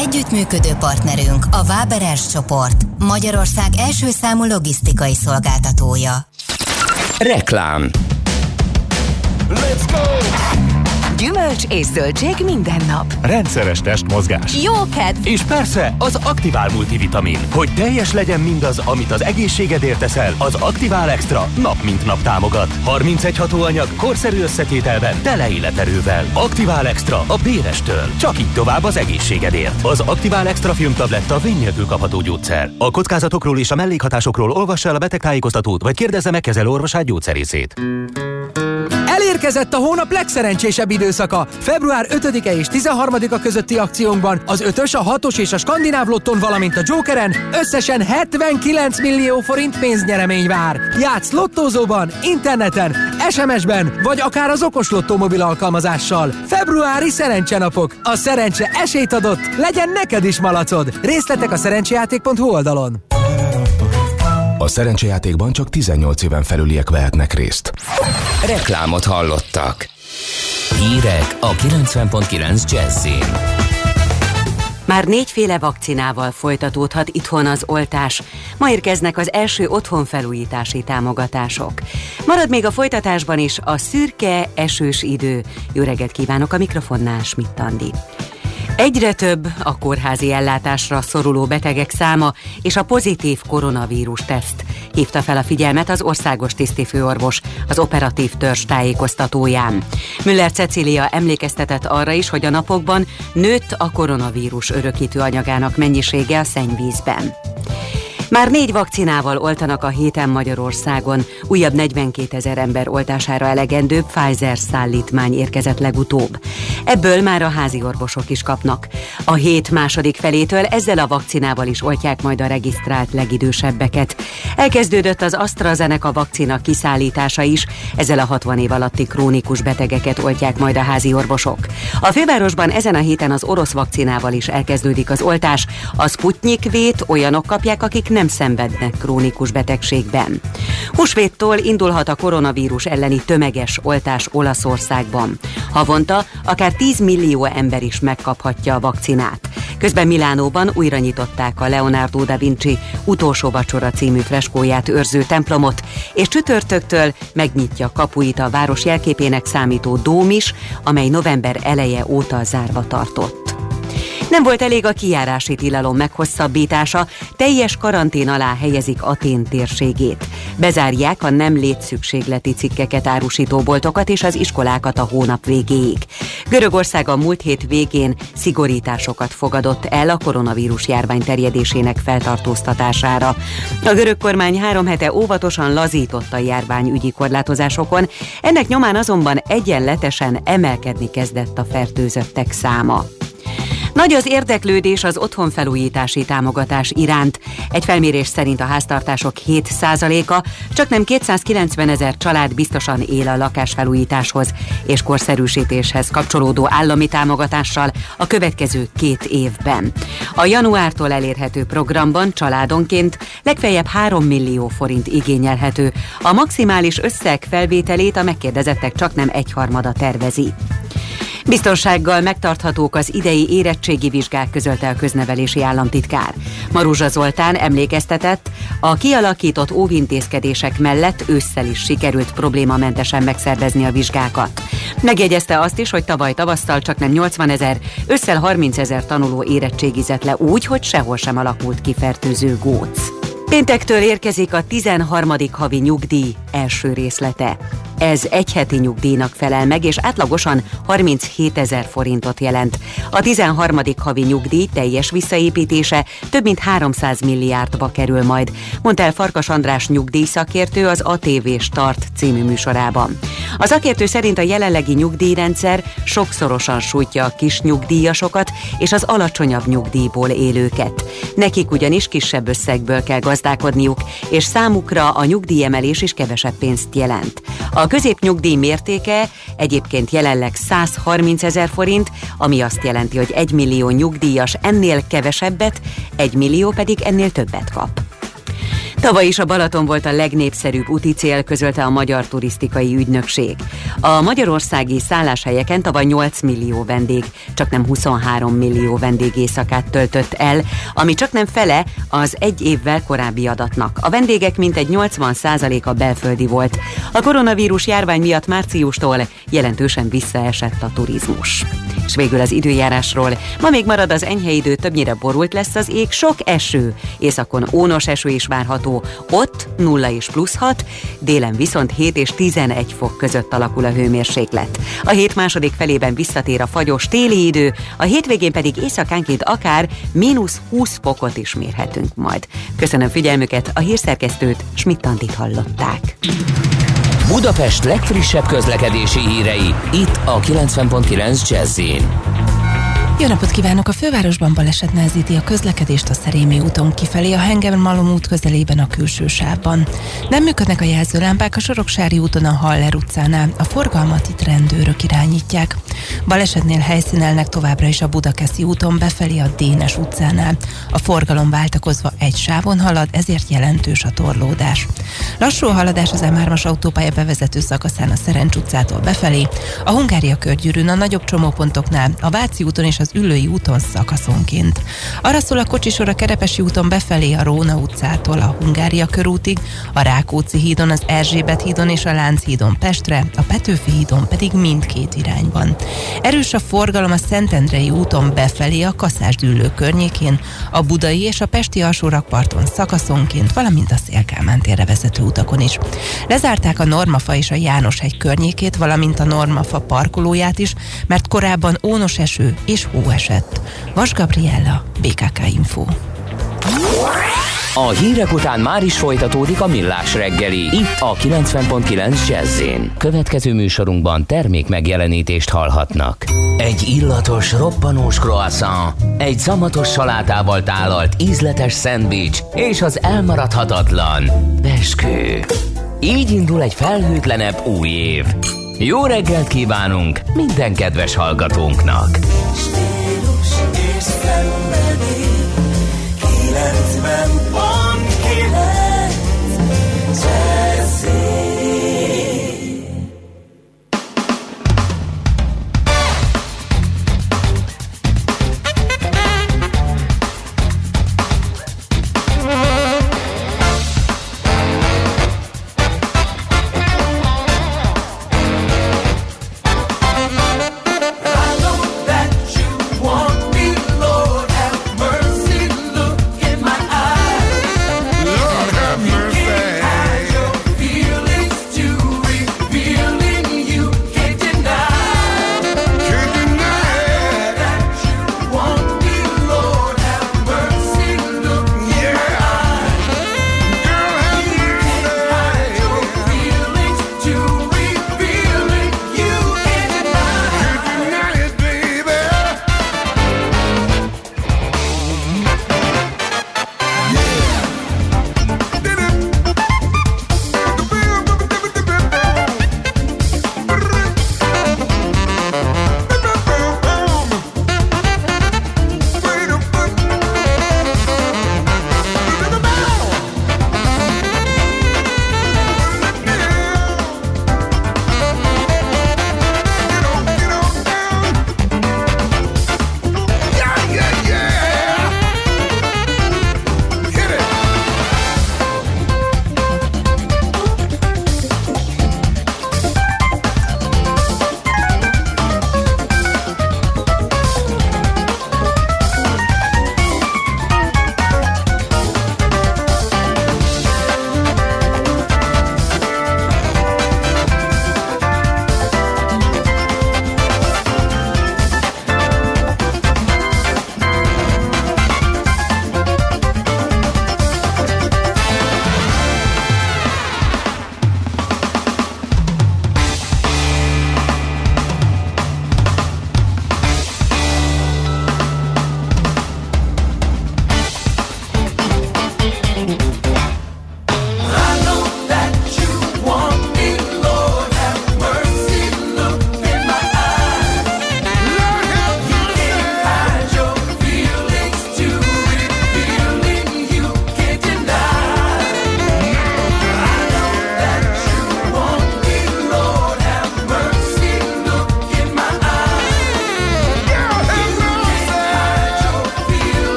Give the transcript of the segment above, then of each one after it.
Együttműködő partnerünk a Waberers csoport, Magyarország első számú logisztikai szolgáltatója. Reklám. Let's go! Gyümölcs és zöldség minden nap. Rendszeres testmozgás. Jó kedv! És persze az Aktivál multivitamin. Hogy teljes legyen mindaz, amit az egészségedért teszel, az Aktivál Extra nap mint nap támogat. 31 hatóanyag, korszerű összetételben, tele életerővel. Aktivál Extra a Bérestől. Csak így tovább az egészségedért. Az Aktivál Extra filmtabletta vény nélkül kapható gyógyszer. A kockázatokról és a mellékhatásokról olvassa el a betegtájékoztatót, vagy kérdezze meg kezelőorvosát, gyógyszerészét. Elérkezett a hónap legszerencsésebb időszaka. Február 5-e és 13-a közötti akciónkban az 5-ös, a 6-os és a skandináv lotton, valamint a Jokeren összesen 79 millió forint pénznyeremény vár. Játsz lottózóban, interneten, SMS-ben, vagy akár az okos lottó mobil alkalmazással. Februári szerencsenapok. A szerencse esélyt adott, legyen neked is malacod. Részletek a szerencsejáték.hu oldalon. A szerencsejátékban csak 18 éven felüliek vehetnek részt. Reklámot hallottak. Hírek a 90.9 Jazzin. Már 4 féle vakcinával folytatódhat itthon az oltás. Ma érkeznek az első otthonfelújítási támogatások. Marad még a folytatásban is a szürke, esős idő. Jó reggelt kívánok, a mikrofonnál Schmidt Andi. Egyre több a kórházi ellátásra szoruló betegek száma és a pozitív koronavírus teszt. Hívta fel a figyelmet az országos tisztifőorvos az operatív törzs tájékoztatóján. Müller Cecília emlékeztetett arra is, hogy a napokban nőtt a koronavírus örökítő anyagának mennyisége a szennyvízben. Már 4 vakcinával oltanak a héten Magyarországon. Újabb 42 000 ember oltására elegendő Pfizer szállítmány érkezett legutóbb. Ebből már a házi orvosok is kapnak. A hét második felétől ezzel a vakcinával is oltják majd a regisztrált legidősebbeket. Elkezdődött az AstraZeneca vakcina kiszállítása is, ezzel a 60 év alatti krónikus betegeket oltják majd a házi orvosok. A fővárosban ezen a héten az orosz vakcinával is elkezdődik az oltás. A Sputnik V-t olyanok kapják, akik nem szenvednek krónikus betegségben. Húsvéttól indulhat a koronavírus elleni tömeges oltás Olaszországban. Havonta akár 10 millió ember is megkaphatja a vakcinát. Közben Milánóban újra nyitották a Leonardo da Vinci Utolsó vacsora című freskóját őrző templomot, és csütörtöktől megnyitja kapuit a város jelképének számító dóm is, amely november eleje óta zárva tartott. Nem volt elég a kijárási tilalom meghosszabbítása, teljes karantén alá helyezik Atén térségét. Bezárják a nem létszükségleti cikkeket árusító boltokat és az iskolákat a hónap végéig. Görögország a múlt hét végén szigorításokat fogadott el a koronavírus járvány terjedésének feltartóztatására. A görög kormány 3 hete óvatosan lazított a járványügyi korlátozásokon, ennek nyomán azonban egyenletesen emelkedni kezdett a fertőzöttek száma. Nagy az érdeklődés az otthonfelújítási támogatás iránt. Egy felmérés szerint a háztartások 7%-a, csaknem 290 000 család biztosan él a lakásfelújításhoz és korszerűsítéshez kapcsolódó állami támogatással a következő 2 évben. A januártól elérhető programban családonként legfeljebb 3 millió forint igényelhető. A maximális összeg felvételét a megkérdezettek csaknem 1/3 tervezi. Biztonsággal megtarthatók az idei érettségi vizsgák, közölte a köznevelési államtitkár. Maruzsa Zoltán emlékeztetett, a kialakított óvintézkedések mellett ősszel is sikerült problémamentesen megszervezni a vizsgákat. Megjegyezte azt is, hogy tavaly tavasszal csaknem 80 000, ősszel 30 000 tanuló érettségizett le úgy, hogy sehol sem alakult ki fertőző góc. Péntektől érkezik a 13. havi nyugdíj első részlete. Ez egy heti nyugdíjnak felel meg, és átlagosan 37 000 forintot jelent. A 13. havi nyugdíj teljes visszaépítése több mint 300 milliárdba kerül majd, mondta el Farkas András nyugdíjszakértő az ATV Start című műsorában. A szakértő szerint a jelenlegi nyugdíjrendszer sokszorosan sújtja a kis nyugdíjasokat és az alacsonyabb nyugdíjból élőket. Nekik ugyanis kisebb összegből kell gazdálkodniuk, és számukra a nyugdíjemelés is kevesebb pénzt jelent. A középnyugdíj mértéke egyébként jelenleg 130 000 forint, ami azt jelenti, hogy 1 millió nyugdíjas ennél kevesebbet, 1 millió pedig ennél többet kap. Tavaly is a Balaton volt a legnépszerűbb úti cél, közölte a Magyar Turisztikai Ügynökség. A magyarországi szálláshelyeken tavaly 8 millió vendég, csak nem 23 millió vendég éjszakát töltött el, ami csak nem fele az egy évvel korábbi adatnak. A vendégek mintegy 80%-a belföldi volt. A koronavírus járvány miatt márciustól jelentősen visszaesett a turizmus. És végül az időjárásról. Ma még marad az enyhe idő, többnyire borult lesz az ég, sok eső. Északon ónos eső is várható, ott 0 és +6, délen viszont 7 és 11 fok között alakul a hőmérséklet. A hét második felében visszatér a fagyos téli idő, a hétvégén pedig éjszakánként akár -20 fokot is mérhetünk majd. Köszönöm figyelmüket, a hírszerkesztőt, Schmidt-Andit hallották. Budapest legfrissebb közlekedési hírei, itt a 90.9 Jazz-in. Jó napot kívánok! A fővárosban baleset nehezíti a közlekedést a Szerémi úton kifelé, a Hengermalom út közelében a külső sávban. Nem működnek a jelzőlámpák a Soroksári úton a Haller utcánál, a forgalmat itt rendőrök irányítják. Balesetnél helyszínelnek továbbra is a Budakeszi úton befelé a Dénes utcánál. A forgalom váltakozva egy sávon halad, ezért jelentős a torlódás. Lassú a haladás az M3-as autópálya bevezető szakaszán a Szerencs utcától befelé, a Hungária körgyűrűn a nagyobb csomópontoknál, a Váci úton és az Üllői úton szakaszonként. Arra szól a kocsisor a Kerepesi úton befelé a Róna utcától a Hungária körútig, a Rákóczi hídon, az Erzsébet hídon és a Lánchídon Pestre, a Petőfi hídon pedig mindkét irányban. Erős a forgalom a Szentendrei úton befelé a Kaszás-Dűlő környékén, a Budai és a Pesti alsórakparton szakaszonként, valamint a Széll-Kálmán térre vezető utakon is. Lezárták a Normafa és a Jánoshegy környékét, valamint a Normafa parkolóját is, mert korábban ónos eső és hó esett. Vas Gabriella, BKK Info. A hírek után már is folytatódik a Millás reggeli, itt a 90.9 Jazz-in. Következő műsorunkban termék megjelenítést hallhatnak. Egy illatos, roppanós croissant, egy szamatos salátával tálalt ízletes szendvics és az elmaradhatatlan beskő. Így indul egy felhőtlenebb új év. Jó reggelt kívánunk minden kedves hallgatónknak! Stílus és szenvedély, 90.9 Jazzy. I know that you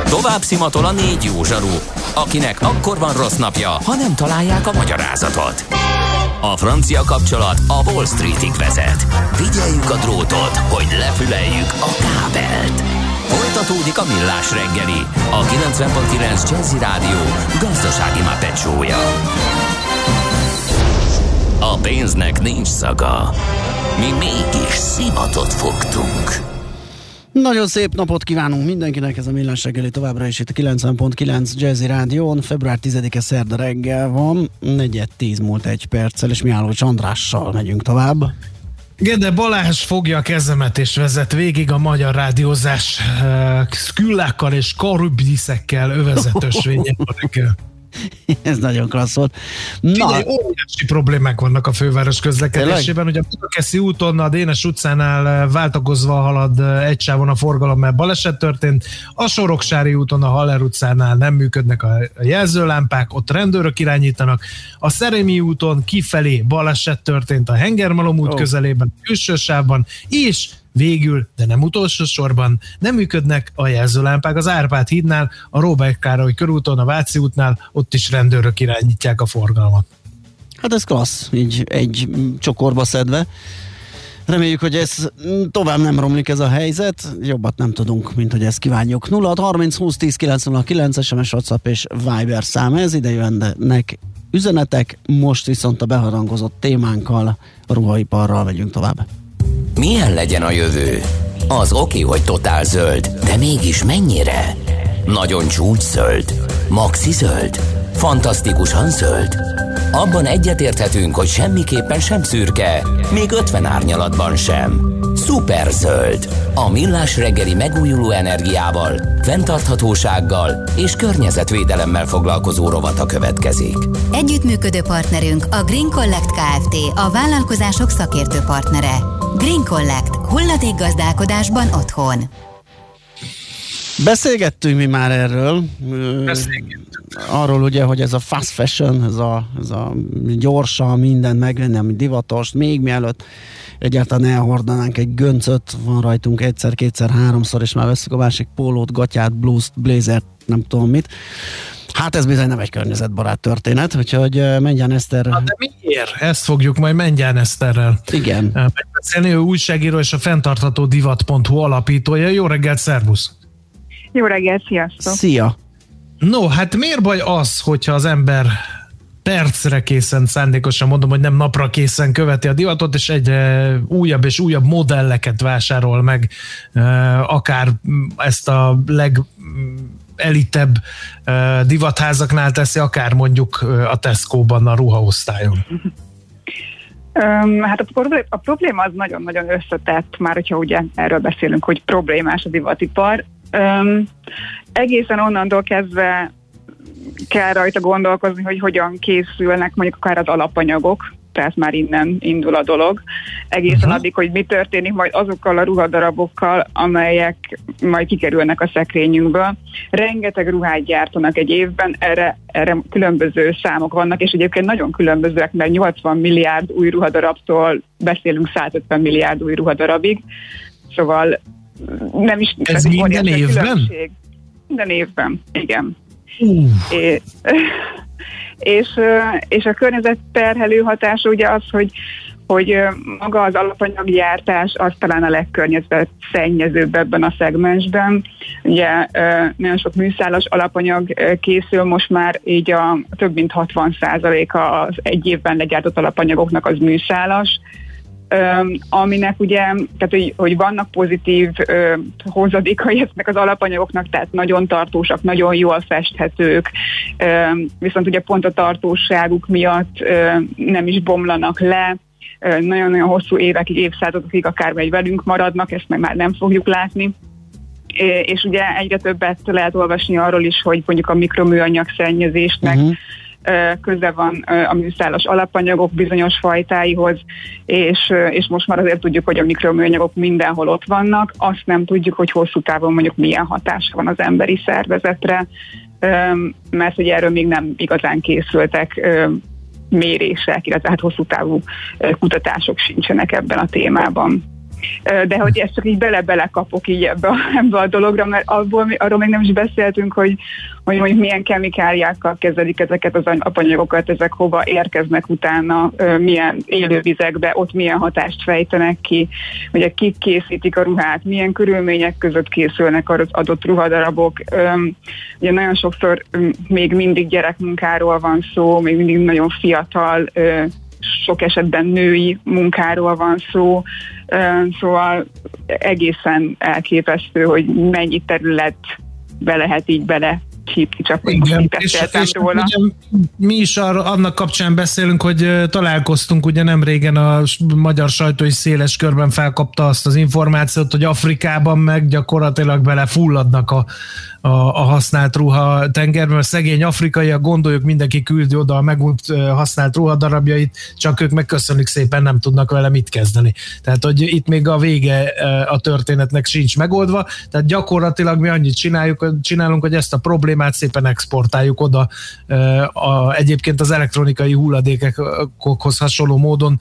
Tovább szimatol a 4 jó zsaru, akinek akkor van rossz napja, ha nem találják a magyarázatot. A francia kapcsolat a Wall Streetig vezet. Figyeljük a drótot, hogy lefüleljük a kábelt. Folytatódik a Millás reggeli, a 90.9 Jazzy Rádió gazdasági mápecsója. A pénznek nincs szaga. Mi mégis szimatot fogtunk. Nagyon szép napot kívánunk mindenkinek, ez a Millás reggeli továbbra is itt a 90.9 Jazzy Rádión. Február 10-e szerda reggel van, 4:10 múlt 1 perccel, és mi Állócs Andrással megyünk tovább. Gede Balázs fogja a kezemet és vezet végig a magyar rádiózás szküllákkal és karübdiszekkel övezett ösvényen reggel. Ez nagyon klassz volt. Figyelj, óriási problémák vannak a főváros közlekedésében. Ugye a Budakeszi úton, a Dénes utcánál váltakozva halad egy sávon a forgalom, mert baleset történt. A Soroksári úton, a Haller utcánál nem működnek a jelzőlámpák, ott rendőrök irányítanak. A Szerémi úton kifelé baleset történt a Hengermalom út közelében, a külső sávban, és végül, de nem utolsó sorban nem működnek a jelzőlámpák az Árpád hídnál, a Róbert Károly körúton, a Váci útnál, ott is rendőrök irányítják a forgalmat. Hát ez klassz, így egy csokorba szedve. Reméljük, hogy ez tovább nem romlik ez a helyzet, jobbat nem tudunk, mint hogy ezt kívánjuk. 0630 20 10 909 SMS, WhatsApp és Viber szám, ez ide jönnek üzenetek, most viszont a beharangozott témánkkal, a ruhaiparral megyünk tovább. Milyen legyen a jövő? Az oké, hogy totál zöld, de mégis mennyire? Nagyon csúcs zöld? Maxi zöld? Fantasztikusan zöld? Abban egyetérthetünk, hogy semmiképpen sem szürke, még 50 árnyalatban sem. Szuper zöld. A Millás reggeli megújuló energiával, fenntarthatósággal és környezetvédelemmel foglalkozó rovata következik. Együttműködő partnerünk a Green Collect Kft. A vállalkozások szakértő partnere. Green Collect. Hulladékgazdálkodásban otthon. Beszélgettünk mi már erről. Arról ugye, hogy ez a fast fashion, ez a gyorsan mindent megvenni, ami divatos, még mielőtt egyáltalán elhordanánk egy göncöt, van rajtunk egyszer, kétszer, háromszor, és már veszük a másik pólót, gatyát, blúzt, blazert, nem tudom mit. Hát ez bizony nem egy környezetbarát történet, úgyhogy Mengyán Eszter... Na de miért? Ezt fogjuk majd Mengyán Eszterrel megbeszélni. Ő újságíró és a fenntarthatódivat.hu alapítója. Jó reggelt, szervusz! Jó reggelt, sziasztok! Szia! No, hát miért baj az, hogyha az ember percre készen, szándékosan mondom, hogy nem napra készen követi a divatot, és egyre újabb és újabb modelleket vásárol meg, akár ezt a legelitebb divatházaknál teszi, akár mondjuk a Tesco-ban, a ruhaosztályon? Hát a probléma az nagyon-nagyon összetett, már hogyha ugye erről beszélünk, hogy problémás a divatipar. Egészen onnantól kezdve kell rajta gondolkozni, hogy hogyan készülnek mondjuk akár az alapanyagok, tehát már innen indul a dolog. Egészen addig, hogy mi történik majd azokkal a ruhadarabokkal, amelyek majd kikerülnek a szekrényünkből. Rengeteg ruhát gyártanak egy évben, erre különböző számok vannak, és egyébként nagyon különbözőek, mert 80 milliárd új ruhadarabtól beszélünk 150 milliárd új ruhadarabig. Szóval nem is... Ez minden évben? Minden évben, igen. És a környezetterhelő hatása ugye az, hogy maga az alapanyaggyártás az talán a legkörnyezetszennyezőbb ebben a szegmensben. Ugye nagyon sok műszálas alapanyag készül most már, így a több mint 60%-a az egy évben legyártott alapanyagoknak az műszálas, aminek ugye, tehát hogy vannak pozitív hozadékai ezeknek az alapanyagoknak, tehát nagyon tartósak, nagyon jól festhetők, viszont ugye pont a tartóságuk miatt nem is bomlanak le, nagyon-nagyon hosszú évekig, évszázadokig akár vagy velünk maradnak, ezt meg már nem fogjuk látni. És ugye egyre többet lehet olvasni arról is, hogy mondjuk a mikroműanyag szennyezésnek köze van a műszálas alapanyagok bizonyos fajtáihoz, és most már azért tudjuk, hogy a mikroműanyagok mindenhol ott vannak, azt nem tudjuk, hogy hosszú távon mondjuk milyen hatása van az emberi szervezetre, mert hogy erről még nem igazán készültek mérések, illetve hát hosszú távú kutatások sincsenek ebben a témában. De hogy ezt csak így belekapok így ebbe a dologra, mert arról még nem is beszéltünk, hogy mondjuk milyen kemikáliákkal kezelik ezeket az apanyagokat, ezek hova érkeznek utána, milyen élővizekbe, ott milyen hatást fejtenek ki, ugye kik készítik a ruhát, milyen körülmények között készülnek az adott ruhadarabok. Ugye nagyon sokszor még mindig gyerekmunkáról van szó, még mindig nagyon fiatal, sok esetben női munkáról van szó, szóval egészen elképesztő, hogy mennyi területbe lehet így csípni, csak hogy most beszéltem róla. Ugye, mi is annak kapcsán beszélünk, hogy találkoztunk ugye nem régen, a magyar sajtó is széles körben felkapta azt az információt, hogy Afrikában meg gyakorlatilag belefulladnak a használt ruha tengerben, mert szegény afrikaiak, gondoljuk, mindenki küldi oda a megújult használt ruhadarabjait, csak ők meg köszönjük szépen, nem tudnak vele mit kezdeni. Tehát, hogy itt még a vége a történetnek sincs megoldva, tehát gyakorlatilag mi annyit csinálunk, hogy ezt a problémát szépen exportáljuk oda egyébként az elektronikai hulladékokhoz hasonló módon,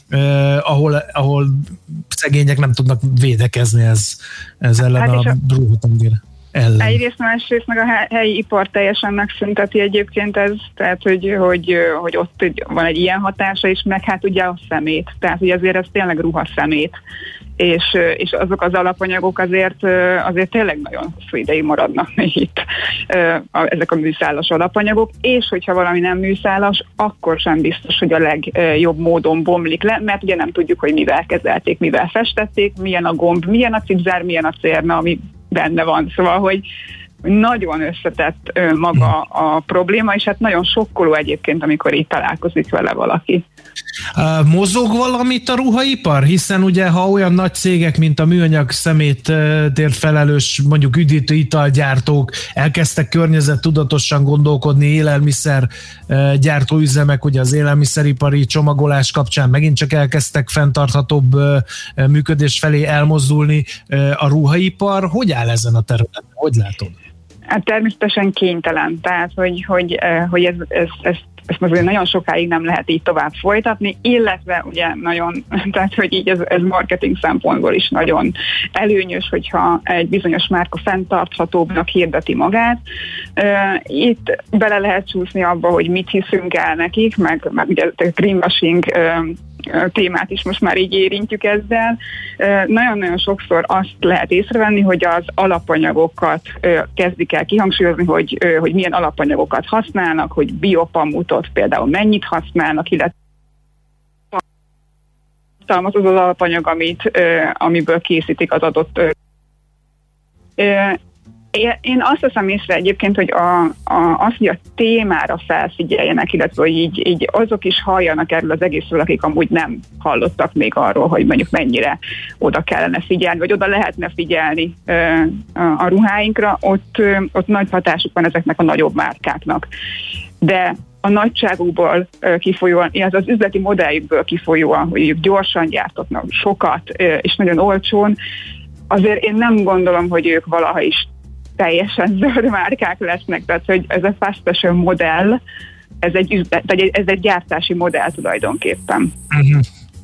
ahol szegények nem tudnak védekezni ez ellen a ruhatenger ellen. Egyrészt, másrészt meg a helyi ipar teljesen megszünteti egyébként ez, tehát hogy ott van egy ilyen hatása is, meg hát ugye a szemét, tehát hogy azért ez tényleg ruhaszemét, és azok az alapanyagok azért tényleg nagyon hosszú ideig maradnak még itt, ezek a műszálas alapanyagok, és hogyha valami nem műszálas, akkor sem biztos, hogy a legjobb módon bomlik le, mert ugye nem tudjuk, hogy mivel kezelték, mivel festették, milyen a gomb, milyen a cipzár, milyen a cérna, ami benne van. Szóval, hogy nagyon összetett maga a probléma, és hát nagyon sokkoló egyébként, amikor így találkozik vele valaki. Mozog valamit a ruhaipar? Hiszen ugye, ha olyan nagy cégek, mint a műanyag szemétért felelős, mondjuk üdítő italgyártók elkezdtek környezettudatosan gondolkodni, élelmiszer gyártóüzemek, ugye az élelmiszeripari csomagolás kapcsán megint csak elkezdtek fenntarthatóbb működés felé elmozdulni. A ruhaipar hogy áll ezen a területen? Hogy látod? Hát természetesen kénytelen, tehát hogy ezt most nagyon sokáig nem lehet így tovább folytatni, illetve ugye nagyon, tehát hogy így ez marketing szempontból is nagyon előnyös, hogyha egy bizonyos márka fenntarthatóbbnak hirdeti magát. Itt bele lehet csúszni abba, hogy mit hiszünk el nekik, meg ugye a greenwashing témát is most már így érintjük ezzel. Nagyon-nagyon sokszor azt lehet észrevenni, hogy az alapanyagokat kezdik el kihangsúlyozni, hogy milyen alapanyagokat használnak, hogy biopamutot például mennyit használnak, illetve az az alapanyag, amiből készítik az adott. Én azt hiszem észre egyébként, hogy hogy a témára felfigyeljenek, illetve hogy így azok is halljanak erről az egészről, akik amúgy nem hallottak még arról, hogy mondjuk mennyire oda kellene figyelni, vagy oda lehetne figyelni a ruháinkra, ott nagy hatásuk van ezeknek a nagyobb márkáknak. De a nagyságukból kifolyóan, illetve az üzleti modelljükből kifolyóan, hogy ők gyorsan gyártotnak sokat, és nagyon olcsón, azért én nem gondolom, hogy ők valaha is teljesen zöld márkák lesznek, tehát hogy ez a fast fashion modell, ez egy gyártási modell tulajdonképpen. Uh-huh.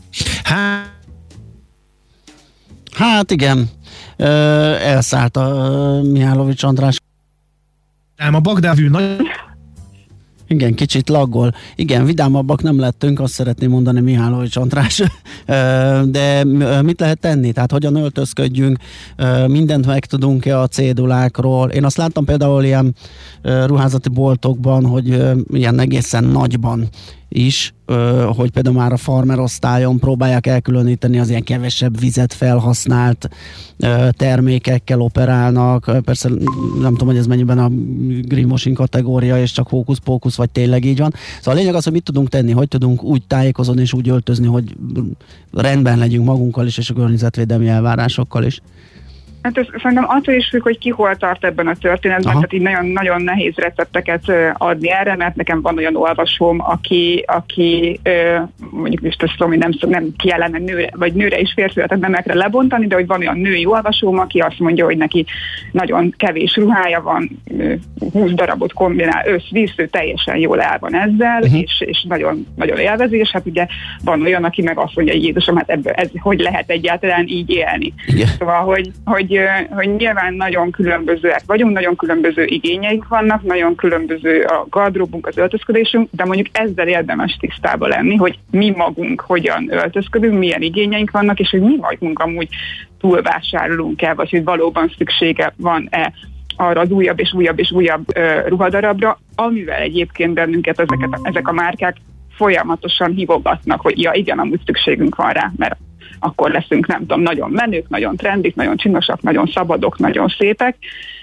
Hát igen, elszállt a Mihálovics András. Nem, a Bagdávű nagy... Igen, kicsit laggol. Igen, vidámabbak nem lettünk, azt szeretném mondani Mihálovics András. De mit lehet tenni? Tehát hogyan öltözködjünk? Mindent megtudunk-e a cédulákról? Én azt láttam például ilyen ruházati boltokban, hogy ilyen egészen nagyban is, hogy például már a farmer osztályon próbálják elkülöníteni az ilyen kevesebb vizet felhasznált termékekkel operálnak. Persze nem tudom, hogy ez mennyiben a greenwashing kategória, és csak hókusz-pókusz, vagy tényleg így van. Szóval a lényeg az, hogy mit tudunk tenni, hogy tudunk úgy tájékozódni és úgy öltözni, hogy rendben legyünk magunkkal is, és a környezetvédelmi elvárásokkal is. Hát ez szerintem attól is függ, hogy ki hol tart ebben a történetben, tehát így nagyon nehéz recepteket adni erre, mert nekem van olyan olvasóm, aki mondjuk biztosan, hogy nem kellene nőre, vagy nőre és férfira, tehát nemekre lebontani, de hogy van olyan női olvasóm, aki azt mondja, hogy neki nagyon kevés ruhája van, 20 darabot kombinál, össz-víz, teljesen jól el van ezzel, és nagyon, nagyon élvezi, és hát ugye van olyan, aki meg azt mondja, hogy Jézusom, hát ez hogy lehet egyáltalán így élni. Igen. Szóval, hogy nyilván nagyon különbözőek vagyunk, nagyon különböző igényeink vannak, nagyon különböző a gardróbunk, az öltözködésünk, de mondjuk ezzel érdemes tisztában lenni, hogy mi magunk hogyan öltözködünk, milyen igényeink vannak, és hogy mi magunk amúgy túlvásárolunk-e, vagy hogy valóban szüksége van-e arra az újabb és újabb és újabb ruhadarabra, amivel egyébként bennünket ezek a márkák folyamatosan hívogatnak, hogy ja igen, amúgy szükségünk van rá, mert akkor leszünk, nem tudom, nagyon menők, nagyon trendik, nagyon csinosak, nagyon szabadok, nagyon szépek.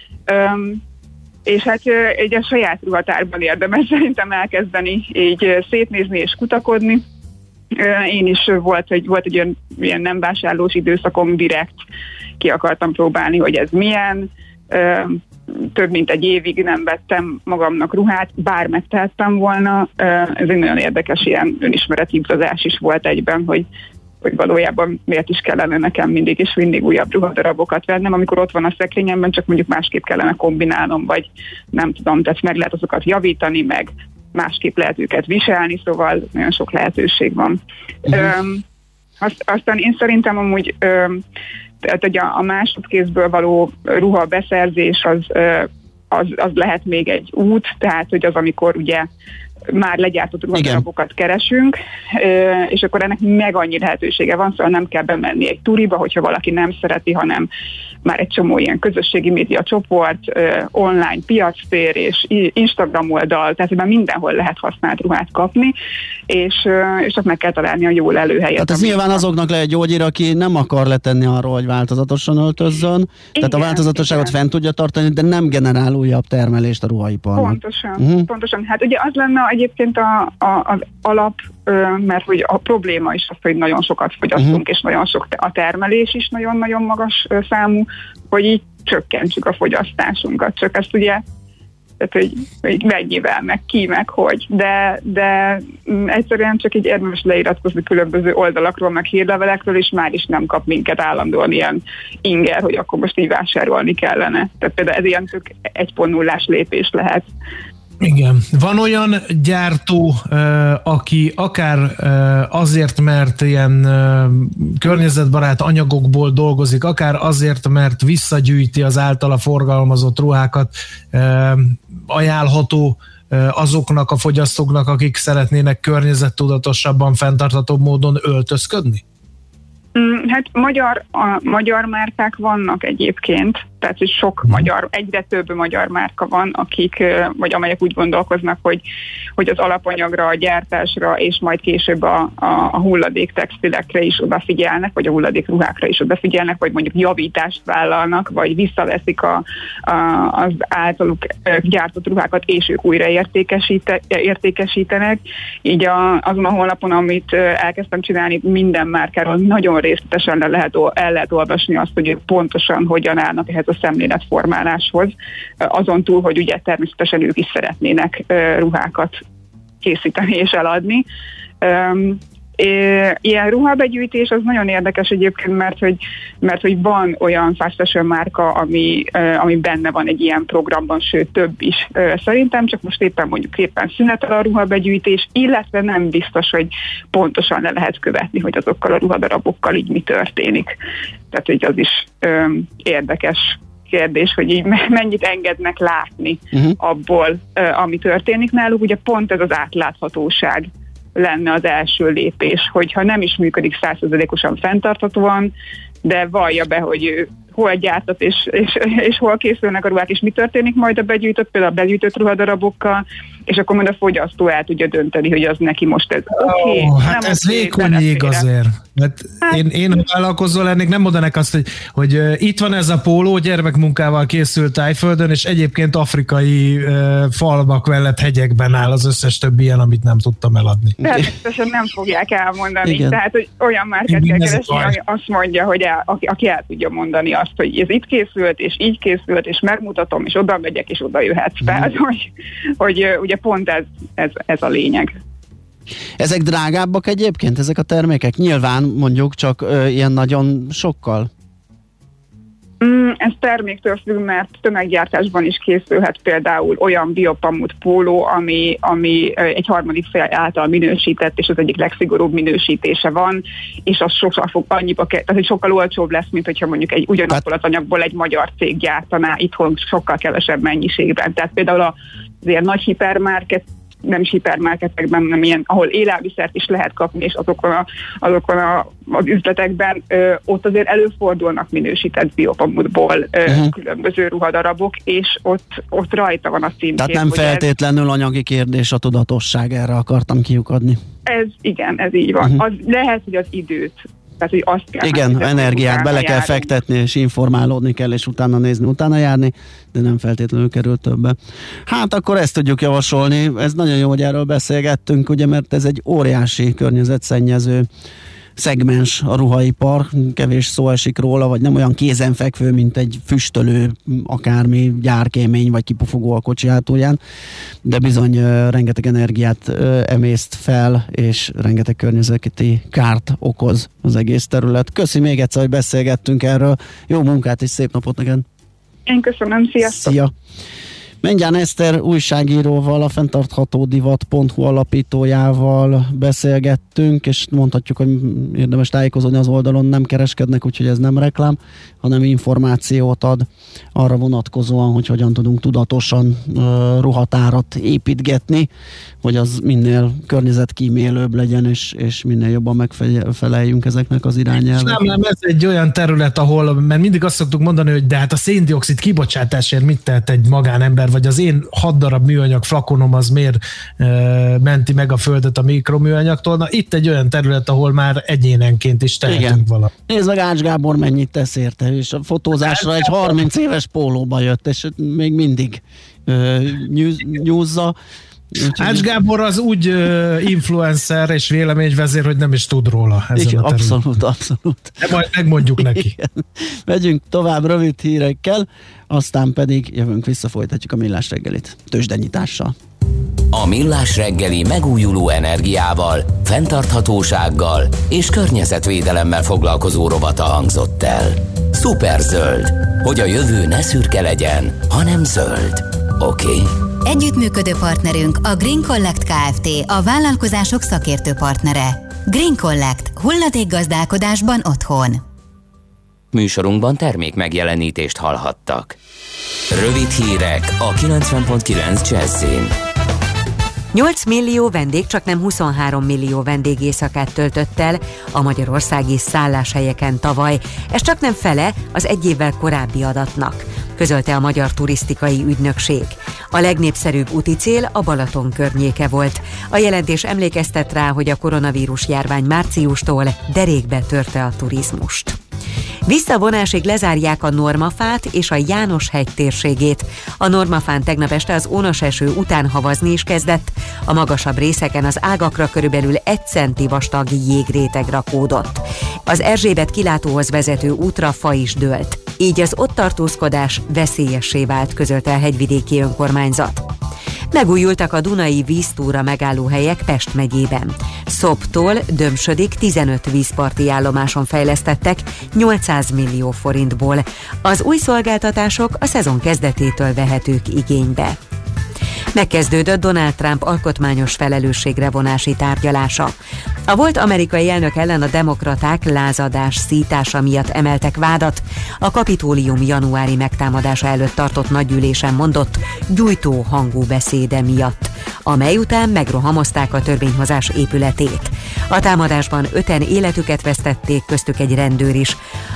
És hát egy a saját ruhatárban érdemes szerintem elkezdeni így szétnézni és kutakodni. Én is volt egy ilyen nem vásárlós időszakom, direkt ki akartam próbálni, hogy ez milyen. Több mint egy évig nem vettem magamnak ruhát, bár megtehettem volna. Ez egy nagyon érdekes ilyen önismereti utazás is volt egyben, hogy valójában miért is kellene nekem mindig és mindig újabb ruhadarabokat vennem, amikor ott van a szekrényemben, csak mondjuk másképp kellene kombinálnom, vagy nem tudom, tehát meg lehet azokat javítani, meg másképp lehet őket viselni, szóval nagyon sok lehetőség van. Aztán én szerintem amúgy tehát a másodkézből való ruha beszerzés az lehet még egy út, tehát hogy az, amikor ugye már legyártott ruhadarabokat keresünk, és akkor ennek meg annyi lehetősége van, szóval nem kell bemenni egy turiba, hogyha valaki nem szereti, hanem már egy csomó ilyen közösségi média csoport, online piactér és Instagram oldal, tehát már mindenhol lehet használt ruhát kapni, és csak meg kell találni a jól előhelyet. Tehát ez nyilván azoknak lehet gyógyír, aki nem akar letenni arról, hogy változatosan öltözzön, igen, tehát a változatosságot fent tudja tartani, de nem generál újabb termelést a ruhaiparnak. Pontosan. Hát ugye az lenne egyébként az alap, mert hogy a probléma is az, hogy nagyon sokat fogyasztunk, és nagyon sok a termelés is nagyon-nagyon magas számú, hogy így csökkentsük a fogyasztásunkat. Csak ezt ugye, tehát, hogy mennyivel, meg ki, meg hogy, de egyszerűen csak így érdemes leiratkozni különböző oldalakról, meg hírlevelekről, és már is nem kap minket állandóan ilyen inger, hogy akkor most így vásárolni kellene. Tehát például ez ilyen tök 1.0-ás lépés lehet. Igen. Van olyan gyártó, aki akár azért, mert ilyen környezetbarát anyagokból dolgozik, akár azért, mert visszagyűjti az általa forgalmazott ruhákat, ajánlható azoknak a fogyasztóknak, akik szeretnének környezettudatosabban, fenntarthatóbb módon öltözködni? Hát magyar márkák vannak egyébként, tehát hogy sok egyre több magyar márka van, akik, vagy amelyek úgy gondolkoznak, hogy az alapanyagra, a gyártásra, és majd később a hulladék textilekre is odafigyelnek, vagy a hulladék ruhákra is odafigyelnek, vagy mondjuk javítást vállalnak, vagy visszaveszik az általuk gyártott ruhákat, és ők újra értékesítenek. Így azon a honlapon, amit elkezdtem csinálni, minden márkáról nagyon részletesen el lehet olvasni azt, hogy pontosan hogyan állnak ehhez a szemléletformáláshoz. Azon túl, hogy ugye természetesen ők is szeretnének ruhákat készíteni és eladni. Ilyen ruhabegyűjtés az nagyon érdekes egyébként, mert hogy van olyan fast fashion márka, ami benne van egy ilyen programban, sőt több is szerintem, csak most éppen szünetel a ruhabegyűjtés, illetve nem biztos, hogy pontosan le lehet követni, hogy azokkal a ruhadarabokkal így mi történik. Tehát, hogy az is érdekes kérdés, hogy így mennyit engednek látni abból, ami történik náluk. Ugye pont ez az átláthatóság lenne az első lépés, hogyha nem is működik 100%-osan fenntarthatóan, de vallja be, hogy ő hol gyártott és hol készülnek a ruhák, és mi történik majd a például a begyűjtött ruhadarabokkal, és akkor majd a fogyasztó el tudja dönteni, hogy az neki most ez oké. Hát ez vékony jég azért. Mert én ha vállalkozó lennék, nem mondanak azt, hogy itt van ez a póló, gyermekmunkával készült Tájföldön, és egyébként afrikai falvak mellett hegyekben áll az összes többi ilyen, amit nem tudtam eladni. Természetesen nem fogják elmondani. Igen. Tehát, hogy olyan márkát kell keresni, ami azt mondja, hogy aki el tudja mondani azt, hogy ez itt készült, és így készült, és megmutatom, és oda megyek, és oda jöhetsz. Tehát, hogy ugye pont ez a lényeg. Ezek drágábbak egyébként, ezek a termékek? Nyilván mondjuk csak ilyen nagyon sokkal? Ez terméktől függ, mert tömeggyártásban is készülhet például olyan biopamut póló, ami egy harmadik fél által minősített, és az egyik legszigorúbb minősítése van, és az sokkal olcsóbb lesz, mint hogyha mondjuk egy ugyanabból az anyagból egy magyar cég gyártaná itthon sokkal kevesebb mennyiségben. Tehát például az ilyen nagy hipermarket, nem is hipermarketekben, hanem ilyen, ahol élelmiszert is lehet kapni, és azokon az üzletekben ott azért előfordulnak minősített biopamutból különböző ruhadarabok, és ott rajta van a címkép. Tehát nem feltétlenül anyagi kérdés a tudatosság, erre akartam kiukadni. Ez így van. Az lehet, hogy az időt. Tehát, hogy azt kell igen, energiát bele kell fektetni, és informálódni kell, és utána nézni, utána járni, de nem feltétlenül kerül többe. Hát akkor ezt tudjuk javasolni. Ez nagyon jó, hogy erről beszélgettünk, ugye, mert ez egy óriási környezetszennyező szegmens a ruhaipar, kevés szó esik róla, vagy nem olyan kézenfekvő, mint egy füstölő, akármi gyárkémény, vagy kipufogó a kocsi hátulján, de bizony rengeteg energiát emészt fel, és rengeteg környezeti kárt okoz az egész terület. Köszi még egyszer, hogy beszélgettünk erről. Jó munkát és szép napot neked! Én köszönöm, sziasztok! Szia! Mengyán Eszter újságíróval, a fenntarthatódivat.hu alapítójával beszélgettünk, és mondhatjuk, hogy érdemes tájékozódni az oldalon, nem kereskednek, úgyhogy ez nem reklám, hanem információt ad arra vonatkozóan, hogy hogyan tudunk tudatosan ruhatárat építgetni, hogy az minél környezetkímélőbb legyen, és minél jobban megfeleljünk ezeknek az irányelveknek. Nem, ez egy olyan terület, ahol, mert mindig azt szoktuk mondani, hogy de hát a széndioxid kibocsátásért mit tehet egy magánember, vagy az én 6 darab műanyag flakonom az miért menti meg a földet a mikroműanyagtól. Na itt egy olyan terület, ahol már egyénenként is tehetünk valamit. Nézd meg, Ács Gábor mennyit tesz érte, és a fotózásra egy 30 éves pólóba jött, és még mindig nyúzza. Ács Gábor az úgy influencer és véleményvezér, hogy nem is tud róla ezen igen, a területen. Abszolút. De majd megmondjuk neki. Igen. Megyünk tovább rövid hírekkel, aztán pedig jövünk vissza, folytatjuk a Millás reggelit tőzsdenyitással. A Millás reggeli megújuló energiával, fenntarthatósággal és környezetvédelemmel foglalkozó rovata hangzott el. Szuperzöld, hogy a jövő ne szürke legyen, hanem zöld. Oké? Együttműködő partnerünk a Green Collect Kft. A vállalkozások szakértő partnere. Green Collect. Hulladékgazdálkodásban otthon. Műsorunkban termék megjelenítést hallhattak. Rövid hírek a 90.9 Jazzin. 8 millió vendég csaknem 23 millió vendég éjszakát töltött el a magyarországi szálláshelyeken tavaly. Ez csaknem fele az egy évvel korábbi adatnak, közölte a Magyar Turisztikai Ügynökség. A legnépszerűbb úti cél a Balaton környéke volt. A jelentés emlékeztet rá, hogy a koronavírus járvány márciustól derékbe törte a turizmust. Visszavonásig lezárják a Normafát és a János-hegy térségét. A Normafán tegnap este az ónoseső után havazni is kezdett. A magasabb részeken az ágakra körülbelül 1 centi vastag jégréteg rakódott. Az Erzsébet kilátóhoz vezető útra fa is dőlt. Így az ott tartózkodás veszélyessé vált, közölte a hegyvidéki önkormányzat. Megújultak a Dunai víztúra megállóhelyek Pest megyében. Szobtól Dömsödig 15 vízparti állomáson fejlesztettek 800 millió forintból. Az új szolgáltatások a szezon kezdetétől vehetők igénybe. Megkezdődött Donald Trump alkotmányos felelősségre vonási tárgyalása. A volt amerikai elnök ellen a demokraták lázadás szítása miatt emeltek vádat. A Kapitólium januári megtámadása előtt tartott nagygyűlésen mondott gyújtó hangú beszéde miatt, amely után megrohamozták a törvényhozás épületét. A támadásban 5-en életüket vesztették, köztük egy rendőr is.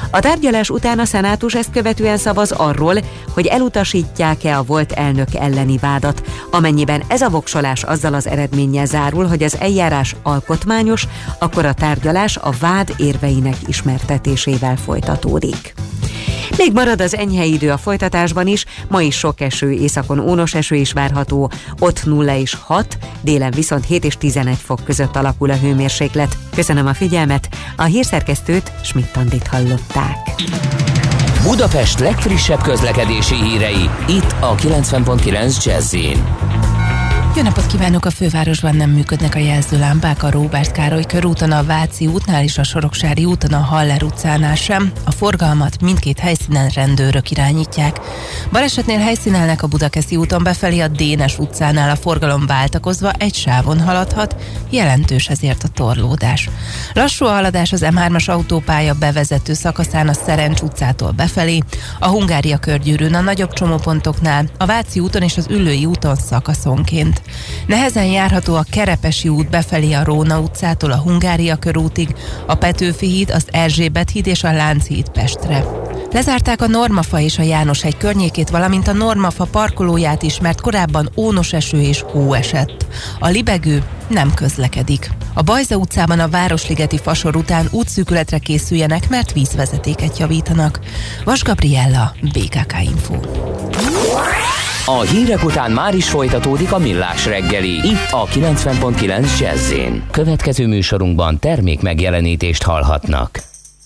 A tárgyalás után a szenátus ezt követően szavaz arról, hogy elutasítják-e a volt elnök elleni vádat. Amennyiben ez a voksolás azzal az eredménnyel zárul, hogy az eljárás alkotmányos, akkor a tárgyalás a vád érveinek ismertetésével folytatódik. Még marad az enyhe idő a folytatásban is, ma is sok eső, északon ónos eső is várható, ott 0 és 6, délen viszont 7 és 11 fok között alakul a hőmérséklet. Köszönöm a figyelmet, a hírszerkesztőt, Schmidt-Andit hallották. Budapest legfrissebb közlekedési hírei, itt a 90.9 Jazz-in. Jó napot kívánok! A fővárosban nem működnek a jelzőlámpák, a Róbert Károly körúton, a Váci útnál és a Soroksári úton, a Haller utcánál sem. A forgalmat mindkét helyszínen rendőrök irányítják. Balesetnél helyszínelnek a Budakeszi úton befelé, a Dénes utcánál a forgalom váltakozva egy sávon haladhat, jelentős ezért a torlódás. Lassú a haladás az M3-as autópálya bevezető szakaszán a Szerencs utcától befelé, a Hungária körgyűrűn a nagyobb csomópontoknál, a Váci úton és az Üllői úton szakaszonként. Nehezen járható a Kerepesi út befelé a Róna utcától a Hungária körútig, a Petőfi híd, az Erzsébet híd és a Lánchíd Pestre. Lezárták a Normafa és a Jánoshegy környékét, valamint a Normafa parkolóját is, mert korábban ónos eső és hó esett. A libegő nem közlekedik. A Bajza utcában a Városligeti fasor után útszűkületre készüljenek, mert vízvezetéket javítanak. Vas Gabriella, BKK Info. A hírek után már is folytatódik a Millás reggeli, itt a 90.9 Jazz-in. Következő műsorunkban termék megjelenítést hallhatnak.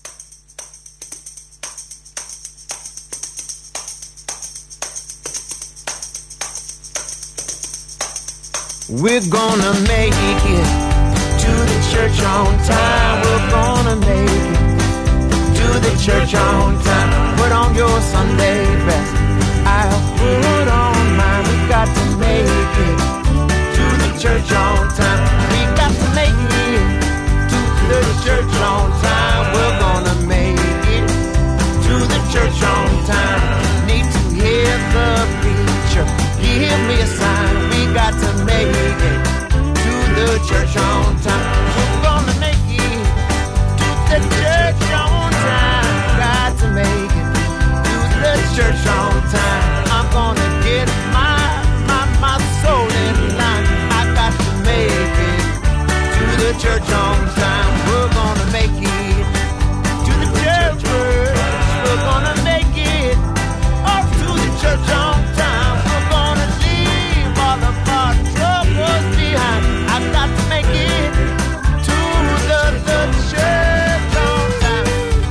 We're gonna make it to the church on time. We're gonna make it to the church on time. Put on your Sunday best, I'll put on mine. We got to make it to the church on time. We got to make it to the church on time. We're gonna make it to the church on time. Need to hear the preacher give me a sign. We got to make it to the church on time. We're gonna make it to the church on time. Got to make it to the church on time. I'm gonna get my soul in line. I got to make it to the church on time. We're gonna make it to the church. We're gonna make it up to the church on time. We're gonna leave all of our troubles behind. I've got to make it to the church on time.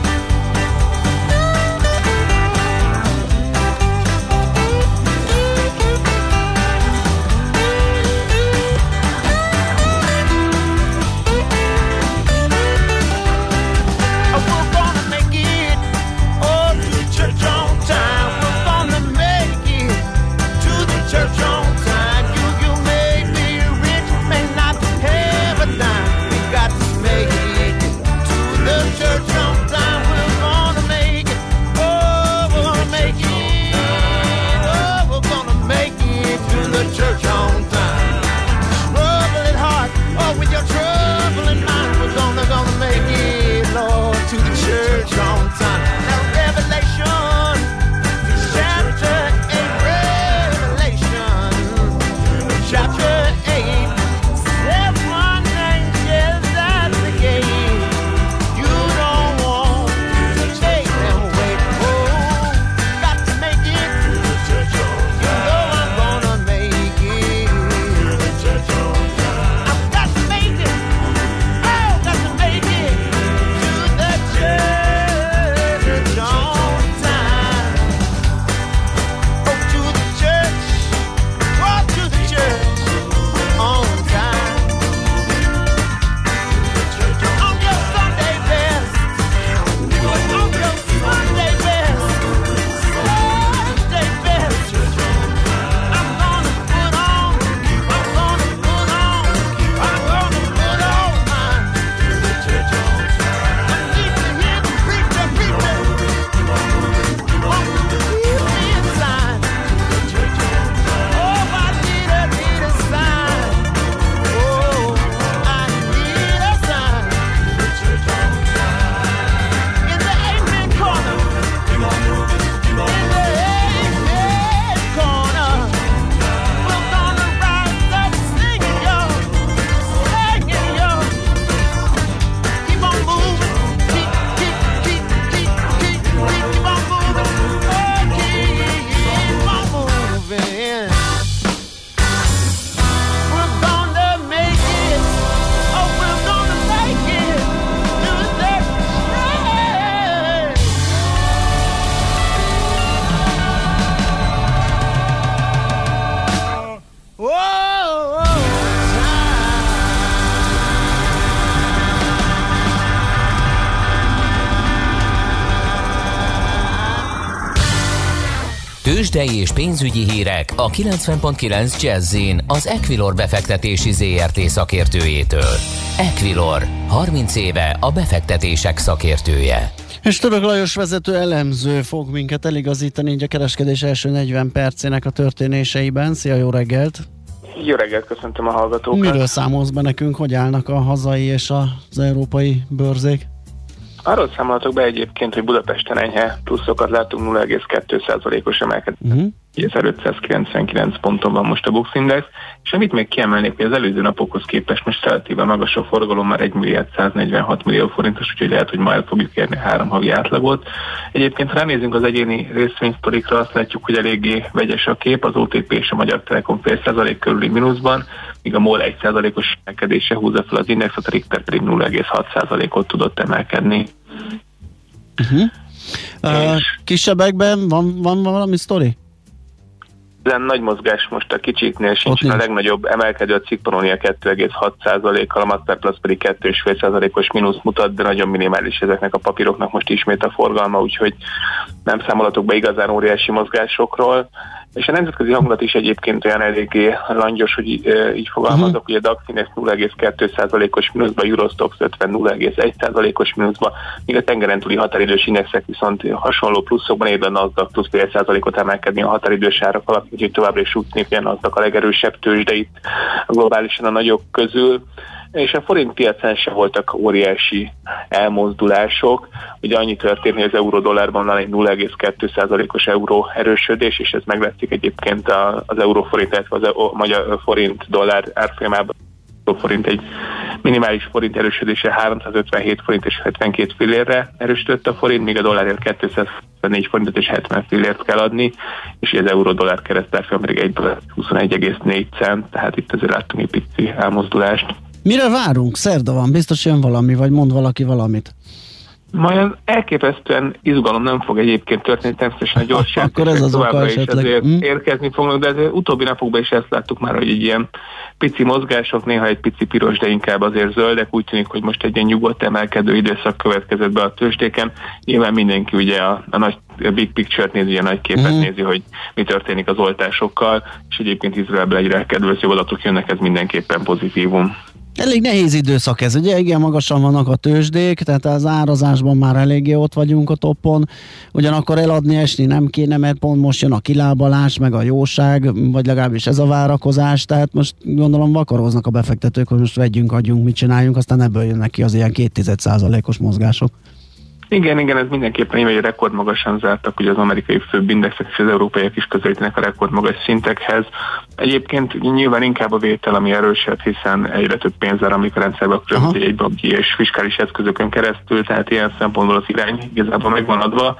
We're gonna make it all to the church on time. We're gonna make it to the church on time. You may be rich, may not have a dime. We got to make it to the church on time. We're gonna make it. Oh, we're gonna make it. Oh, we're gonna make it to the church on time. Troubled heart, oh, with your troubling mind, we're gonna make it, Lord, to the church on time. Now Revelation, chapter 8, Revelation, chapter 8, 7 angels at the gate. You don't want to make them wait. Oh, got to make it to the church on time. You know I'm gonna make it to the church on time. I've got to make it. Oh, got to make it to the church. Tőzsdei és pénzügyi hírek a 90.9 Jazz-in az Equilor befektetési ZRT szakértőjétől. Equilor, 30 éve a befektetések szakértője. És Török Lajos vezető elemző fog minket eligazítani így a kereskedés első 40 percének a történéseiben. Szia, jó reggelt! Jó reggelt, köszöntöm a hallgatókat! Miről számolsz be nekünk, hogy állnak a hazai és az európai bőrzék? Arról számolhatok be egyébként, hogy Budapesten enyhe pluszokat látunk, 0,2%-os emelkedés. 1599 ponton van most a Bux Index, és amit még kiemelnék, hogy az előző napokhoz képest most relatíve magas a forgalom, már 1 milliárd 146 millió forintos, úgyhogy lehet, hogy ma el fogjuk érni 3 havi átlagot. Egyébként, ha ránézünk az egyéni részvénysztorikra, azt látjuk, hogy eléggé vegyes a kép, az OTP és a Magyar Telekom fél százalék körüli mínuszban, míg a MOL 1%-os emelkedése húzza fel az indexet, a Richter pedig 0,6%-ot tudott emelkedni. Kisebbekben van valami sztori? Ezen nagy mozgás most a kicsiknél sincs, a legnagyobb emelkedő a Cikpanónia 2,6%-kal, a Masterplus pedig 2,5%-os mínusz mutat, de nagyon minimális ezeknek a papíroknak most ismét a forgalma, úgyhogy nem számolatok be igazán óriási mozgásokról. És a nemzetközi hangulat is egyébként olyan eléggé langyos, hogy így fogalmazok, hogy a DAX Index 0,2%-os mínuszba, Eurostoxx 50 0,1%-os mínuszba, míg a tengeren túli határidős indexek viszont hasonló pluszokban érden Nasdaq plusz 0,5%-ot emelkedni a határidős árak alatt, úgyhogy továbbra is úgy tűnik, hogy a Nasdaq a legerősebb tőzsde itt globálisan a nagyok közül. És a forint piacán sem voltak óriási elmozdulások. Ugye annyi történt, hogy az euró-dollárban van egy 0,2%-os euró erősödés, és ez meglátszik egyébként az euróforint, illetve a magyar forint-dollár árfolyamában. A forint egy minimális forint erősödése 357 forint és 72 fillérre erősödött a forint, míg a dollárért 254 forintot és 70 fillért kell adni, és az euró-dollár keresztárfolyam pedig 1,21,4 cent, tehát itt azért láttunk egy pici elmozdulást. Mire várunk? Szerda van, biztos jön valami, vagy mond valaki valamit? Majd elképesztően izgalom nem fog egyébként történni, természetesen a gyors akkor ez az továbbra is azért érkezni fognak, de az utóbbi napokban is ezt láttuk már, hogy egy ilyen pici mozgások, néha egy pici piros, de inkább azért zöldek, úgy tűnik, hogy most egy ilyen nyugodt emelkedő időszak következett be a tőzsdéken. Nyilván mindenki ugye a nagy big picture-t nézi, a nagy képet nézi, hogy mi történik az oltásokkal, és egyébként Izraelből egyre kedvező adatok jönnek, ez mindenképpen pozitívum. Elég nehéz időszak ez, ugye igen magasan vannak a tőzsdék, tehát az árazásban már eléggé ott vagyunk a toppon, ugyanakkor eladni, esni nem kéne, mert pont most jön a kilábalás, meg a jóság, vagy legalábbis ez a várakozás, tehát most gondolom vakaróznak a befektetők, hogy most vegyünk, adjunk, mit csináljunk, aztán ebből jönnek ki az ilyen 2,1%-os mozgások. Igen, ez mindenképpen így, hogy rekordmagasan zártak, ugye az amerikai főbb indexek és az európaiak is közelítenek a rekordmagas szintekhez. Egyébként nyilván inkább a vétel, ami erősebb, hiszen egyre több pénz áramlik a rendszerbe a különböző jegybanki és fiskális eszközökön keresztül, tehát ilyen szempontból az irány igazából megvan adva.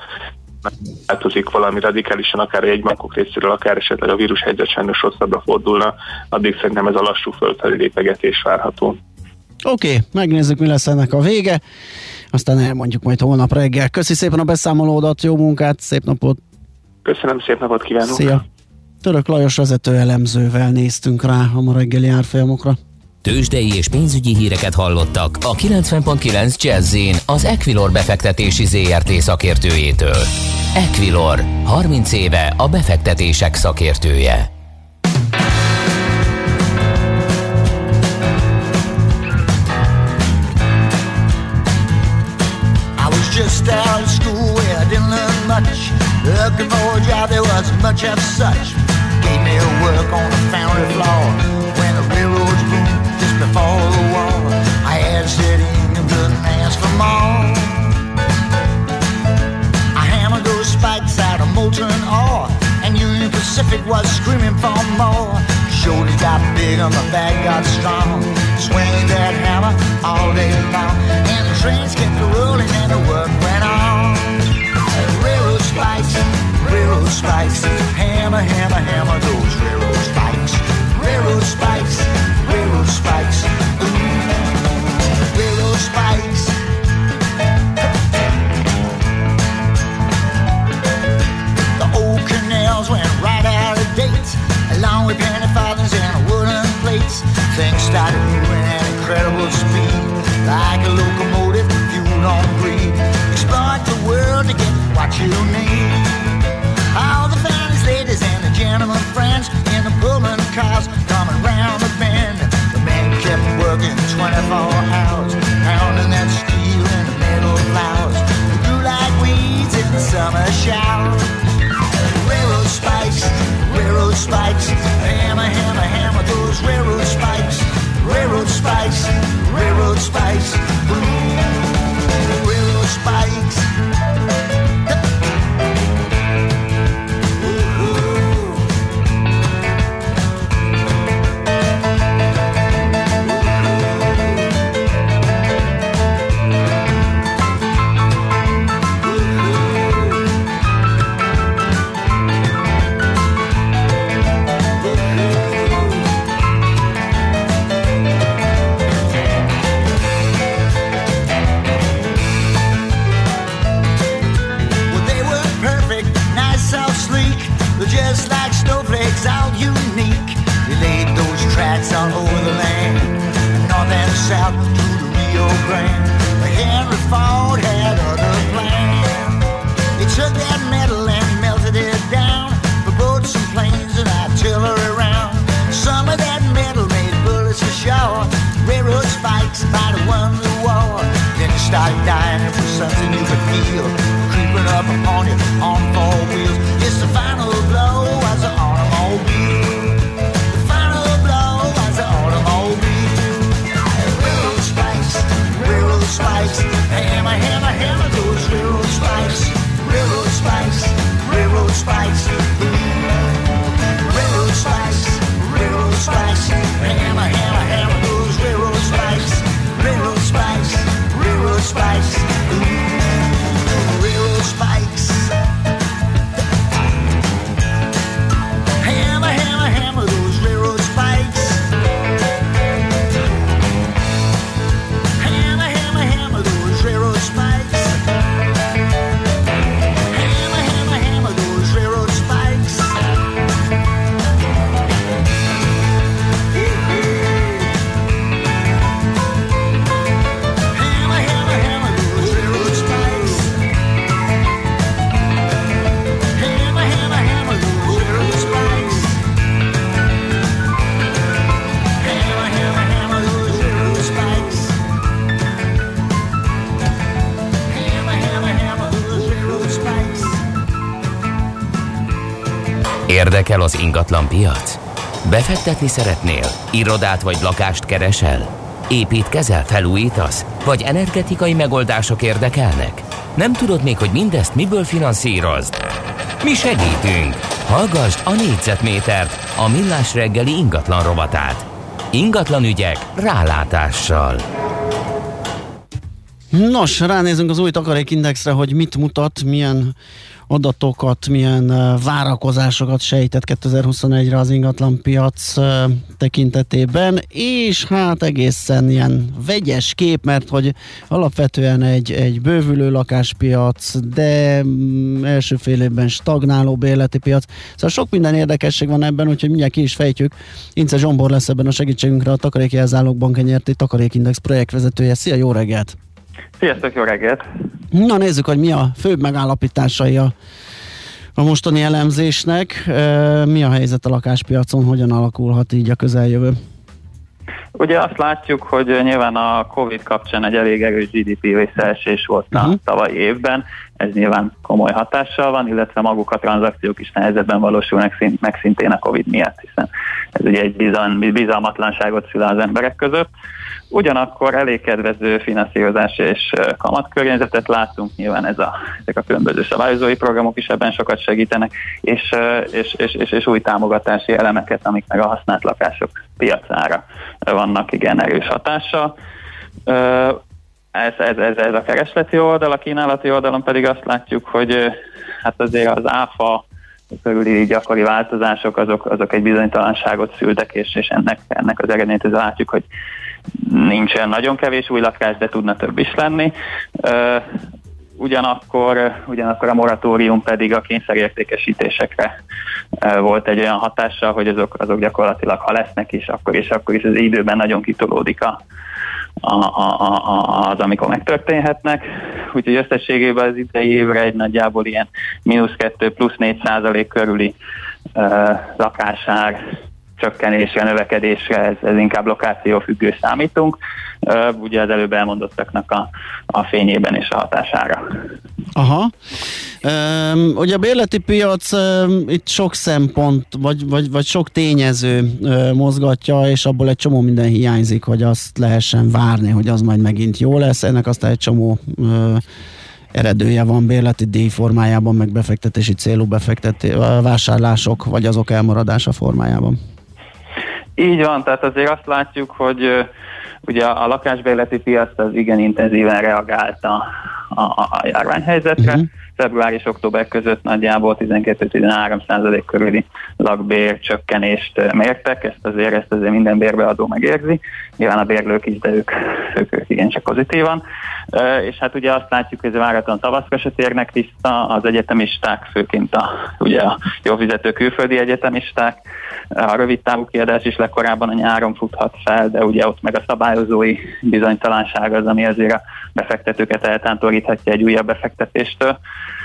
Változik valami radikálisan, akár a jegybankok részéről, akár esetleg a vírushelyzet sajnos rosszabbra fordulna, addig szerintem ez a lassú fölfelé lépegetés várható. Oké, megnézzük, mi lesz ennek a vége, aztán elmondjuk majd holnap reggel. Köszi szépen a beszámolódat, jó munkát, szép napot! Köszönöm, szép napot kívánok! Szia! Török Lajos vezető elemzővel néztünk rá a ma reggeli árfolyamokra. Tőzsdei és pénzügyi híreket hallottak a 90.9 Jazz-in az Equilor befektetési ZRT szakértőjétől. Equilor, 30 éve a befektetések szakértője. Just out of school where I didn't learn much. Looking for a job, there wasn't much of such. Gave me a work on the foundry floor when the railroads boomed just before the war. I had to sit in and couldn't ask for more. I hammered those spikes out of molten ore, and Union Pacific was screaming for more. Shoulders got bigger, my back got strong. Swinging that hammer all day long, and the trains kept rolling and the work went on. Railroad spikes, hammer, hammer, hammer those railroad spikes. Railroad spikes, railroad spikes, ooh, railroad spikes. The old canals went right out of date, along with penny farthings and wooden plates. Things started moving at incredible speed, like a locomotive fueled on greed. Exploit the world to get what you need. All the families heel, creeping up upon you on 4 wheels. It's the final blow as an automobile. The final blow as an automobile. Railroad spikes, railroad spikes. Hammer, hammer, hammer those railroad spikes. Railroad spikes, railroad spikes. Railroad spikes, railroad spikes. Hammer, hammer, hammer those railroad spikes. Railroad spikes, railroad spikes. Railroad spikes. Hammer, hammer, hammer those railroad spikes. Hammer, hammer, hammer those railroad spikes. Hammer, hammer, hammer those railroad spikes. Hammer, hammer, hammer those railroad spikes. Hammer, hammer, hammer those railroad spikes. Hammer, hammer, hammer those railroad spikes. Hammer, hammer, hammer those railroad spikes. Érdekel az ingatlan piac? Befektetni szeretnél? Irodát vagy lakást keresel? Építkezel, felújítasz? Vagy energetikai megoldások érdekelnek? Nem tudod még, hogy mindezt miből finanszírozd? Mi segítünk! Hallgasd a Négyzetmétert, a Millás reggeli ingatlan rovatát. Ingatlan ügyek rálátással. Nos, ránézünk az új takarékindexre, hogy mit mutat, milyen adatokat, milyen várakozásokat sejtett 2021-re az ingatlanpiac tekintetében, és hát egészen ilyen vegyes kép, mert hogy alapvetően egy bővülő lakáspiac, de első fél évben stagnáló bérleti piac. Szóval sok minden érdekesség van ebben, úgyhogy mindjárt ki is fejtjük. Ince Zsombor lesz ebben a segítségünkre, a Takarékjelzálók Bank nyerti Takarékindex projektvezetője. Szia, jó reggelt! Sziasztok, jó reggelt! Na nézzük, hogy mi a főbb megállapításai a mostani elemzésnek. Mi a helyzet a lakáspiacon, hogyan alakulhat így a közeljövő? Ugye azt látjuk, hogy nyilván a Covid kapcsán egy elég erős GDP visszaesés volt a tavalyi évben, ez nyilván komoly hatással van, illetve maguk a tranzakciók is nehezebben valósulnak meg szintén a Covid miatt, hiszen ez ugye egy bizalmatlanságot szül az emberek között. Ugyanakkor elég kedvező finanszírozási és kamatkörnyezetet látunk, nyilván ezek a különböző szabályozói programok is ebben sokat segítenek, és új támogatási elemeket, amik meg a használt lakások piacára vannak igen erős hatással. Ez a keresleti oldal, a kínálati oldalon pedig azt látjuk, hogy hát azért az áfa körüli gyakori változások azok egy bizonytalanságot szültek, és ennek az eredményét látjuk, hogy nincsen nagyon kevés új lakás, de tudna több is lenni. Ugyanakkor a moratórium pedig a kényszerértékesítésekre volt egy olyan hatással, hogy azok gyakorlatilag, ha lesznek is, akkor is az időben nagyon kitolódik az, amikor megtörténhetnek. Úgyhogy összességében az idei évre egy nagyjából ilyen -2 plusz 4% körüli lakásár csökkenésre, növekedésre, ez inkább lokációfüggő számítunk, ugye az előbb elmondottaknak a fényében és a hatására. Aha. Ugye a bérleti piac itt sok szempont, vagy sok tényező mozgatja, és abból egy csomó minden hiányzik, hogy azt lehessen várni, hogy az majd megint jó lesz. Ennek aztán egy csomó eredője van bérleti díj formájában, meg befektetési célú vásárlások, vagy azok elmaradása formájában. Így van, tehát azért azt látjuk, hogy ugye a lakásbérleti piac az igen intenzíven reagált a járványhelyzetre. Február és október között nagyjából 12-13% körüli lakbér csökkenést mértek, ezt azért minden bérbeadó megérzi. Nyilván a bérlők is, de ők igencsak pozitívan. És hát ugye azt látjuk, hogy várhatóan tavaszra se térnek vissza az egyetemisták, főként ugye a jól fizető külföldi egyetemisták. A rövid távú kiadás is legkorábban a nyáron futhat fel, de ugye ott meg a szabályozói bizonytalanság az, ami azért a befektetőket eltántoríthatja egy újabb befektetéstől.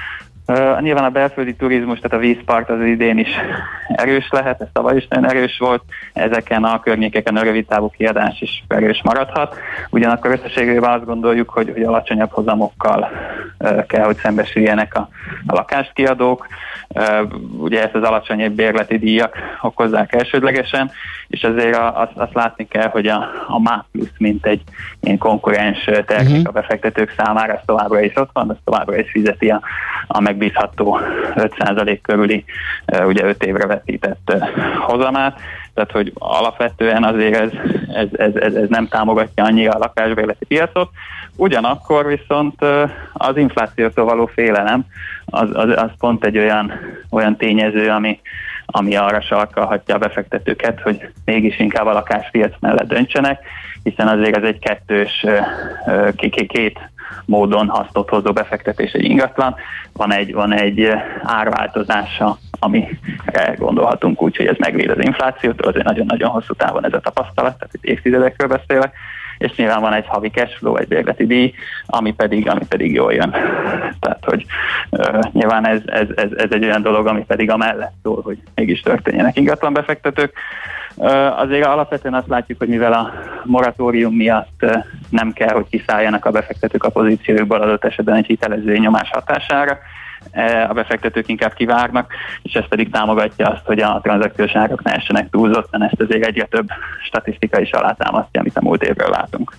Nyilván a belföldi turizmus, tehát a vízpart az idén is erős lehet, ez tavaly is nagyon erős volt, ezeken a környékeken a rövidtávú kiadás is erős maradhat. Ugyanakkor összességében azt gondoljuk, hogy alacsonyabb hozamokkal kell, hogy szembesüljenek a lakáskiadók. Ugye ezt az alacsonyabb bérleti díjak okozzák elsődlegesen, és azért azt látni kell, hogy a MÁ plusz, mint egy ilyen konkurens termék a befektetők számára, ez továbbra is ott van, ez továbbra is fizeti a megbízható 5% körüli, ugye 5 évre vetített hozamát, tehát hogy alapvetően azért ez nem támogatja annyira a lakásbérleti piacot. Ugyanakkor viszont az inflációtól való félelem az pont egy olyan tényező, ami arra sarkalhatja a befektetőket, hogy mégis inkább a lakáspiac mellett döntsenek, hiszen azért ez egy kettős, két módon hasznot hozó befektetés egy ingatlan. Van egy árváltozása, amire gondolhatunk úgy, hogy ez megvéd az inflációtól, azért nagyon-nagyon hosszú távon ez a tapasztalat, tehát itt évtizedekről beszélek, és nyilván van egy havi cashflow, egy bérleti díj, ami pedig jól jön. Tehát, hogy nyilván ez egy olyan dolog, ami pedig amellett szól, hogy mégis történjenek ingatlan befektetők. Azért alapvetően azt látjuk, hogy mivel a moratórium miatt nem kell, hogy kiszálljanak a befektetők a pozíciójukból adott esetben egy hitelezői nyomás hatására, a befektetők inkább kivárnak, és ez pedig támogatja azt, hogy a tranzakciós árak ne essenek túlzottan, ezt azért egyre több statisztika is alátámasztja, amit a múlt évről látunk.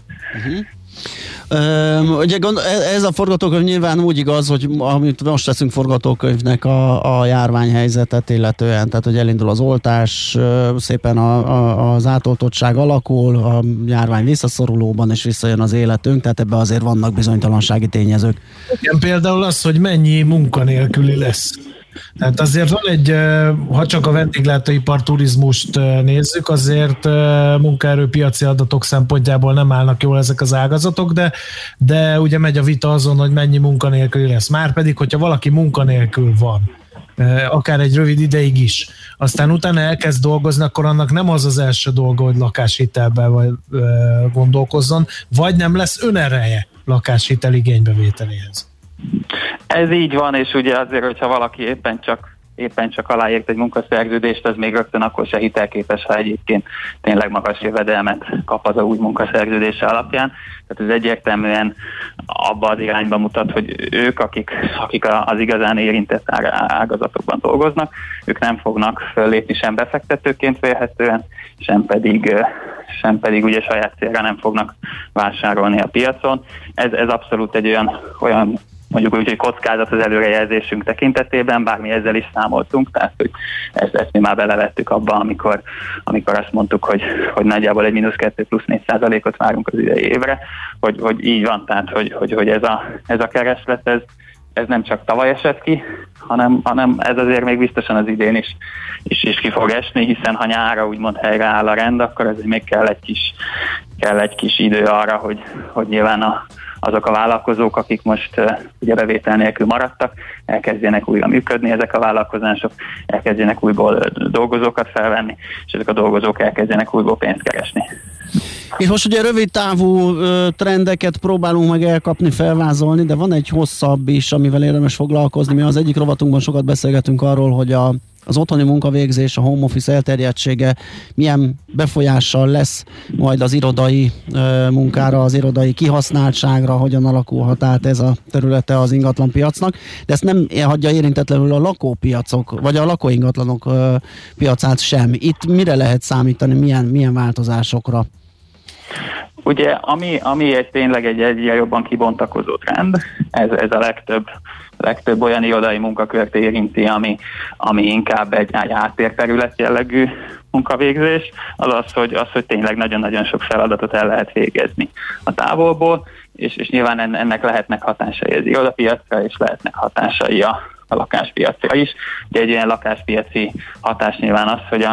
Ugye ez a forgatókönyv nyilván úgy igaz, hogy amit most teszünk forgatókönyvnek a járványhelyzetet illetően, tehát hogy elindul az oltás, szépen az átoltottság alakul, a járvány visszaszorulóban és visszajön az életünk, tehát ebben azért vannak bizonytalansági tényezők. Igen, például az, hogy mennyi munkanélküli lesz. Tehát azért van egy, ha csak a vendéglátóipar turizmust nézzük, azért munkaerőpiaci adatok szempontjából nem állnak jól ezek az ágazatok, de ugye megy a vita azon, hogy mennyi munkanélküli lesz. Márpedig, hogyha valaki munkanélkül van, akár egy rövid ideig is, aztán utána elkezd dolgozni, akkor annak nem az első dolga, hogy lakáshitelben gondolkozzon, vagy nem lesz önereje lakáshitel igénybevételéhez. Ez így van, és ugye azért, hogyha valaki éppen csak aláírt egy munkaszerződést, az még rögtön akkor se hitelképes, ha egyébként tényleg magas jövedelmet kap az a új munkaszerződése alapján. Tehát ez egyértelműen abba az irányba mutat, hogy ők, akik az igazán érintett ágazatokban dolgoznak, ők nem fognak föllépni sem befektetőként vélhetően, sem pedig ugye saját célra nem fognak vásárolni a piacon. Ez abszolút egy olyan mondjuk úgy, hogy kockázat az előrejelzésünk tekintetében, bár mi ezzel is számoltunk, tehát hogy ezt mi már belevettük abba, amikor azt mondtuk, hogy nagyjából egy -2 plusz 4%-ot várunk az idei évre, hogy így van, tehát hogy ez a kereslet, ez nem csak tavaly esett ki, hanem ez azért még biztosan az idén is ki fog esni, hiszen ha nyára úgymond helyreáll a rend, akkor ezért még kell egy kis idő arra, hogy nyilván azok a vállalkozók, akik most ugye bevétel nélkül maradtak, elkezdjenek újra működni, ezek a vállalkozások elkezdjenek újból dolgozókat felvenni, és ezek a dolgozók elkezdjenek újból pénzt keresni. És most ugye rövid távú trendeket próbálunk meg elkapni, felvázolni, de van egy hosszabb is, amivel érdemes foglalkozni. Mi az egyik rovatunkban sokat beszélgetünk arról, hogy az otthoni munkavégzés, a home office elterjedtsége milyen befolyással lesz majd az irodai munkára, az irodai kihasználtságra, hogyan alakulhat át ez a területe az ingatlanpiacnak, de ezt nem hagyja érintetlenül a lakópiacok, vagy a lakóingatlanok piacát sem. Itt mire lehet számítani, milyen változásokra? Ugye, ami tényleg egy egyre jobban kibontakozó trend, ez a legtöbb olyan irodai munkakört érinti, ami inkább egy háttérterület jellegű munkavégzés, az, hogy tényleg nagyon-nagyon sok feladatot el lehet végezni a távolból, és nyilván ennek lehetnek hatásai az irodapiacra, és lehetnek hatásai a lakáspiacra is. De egy olyan lakáspiaci hatás nyilván az, hogy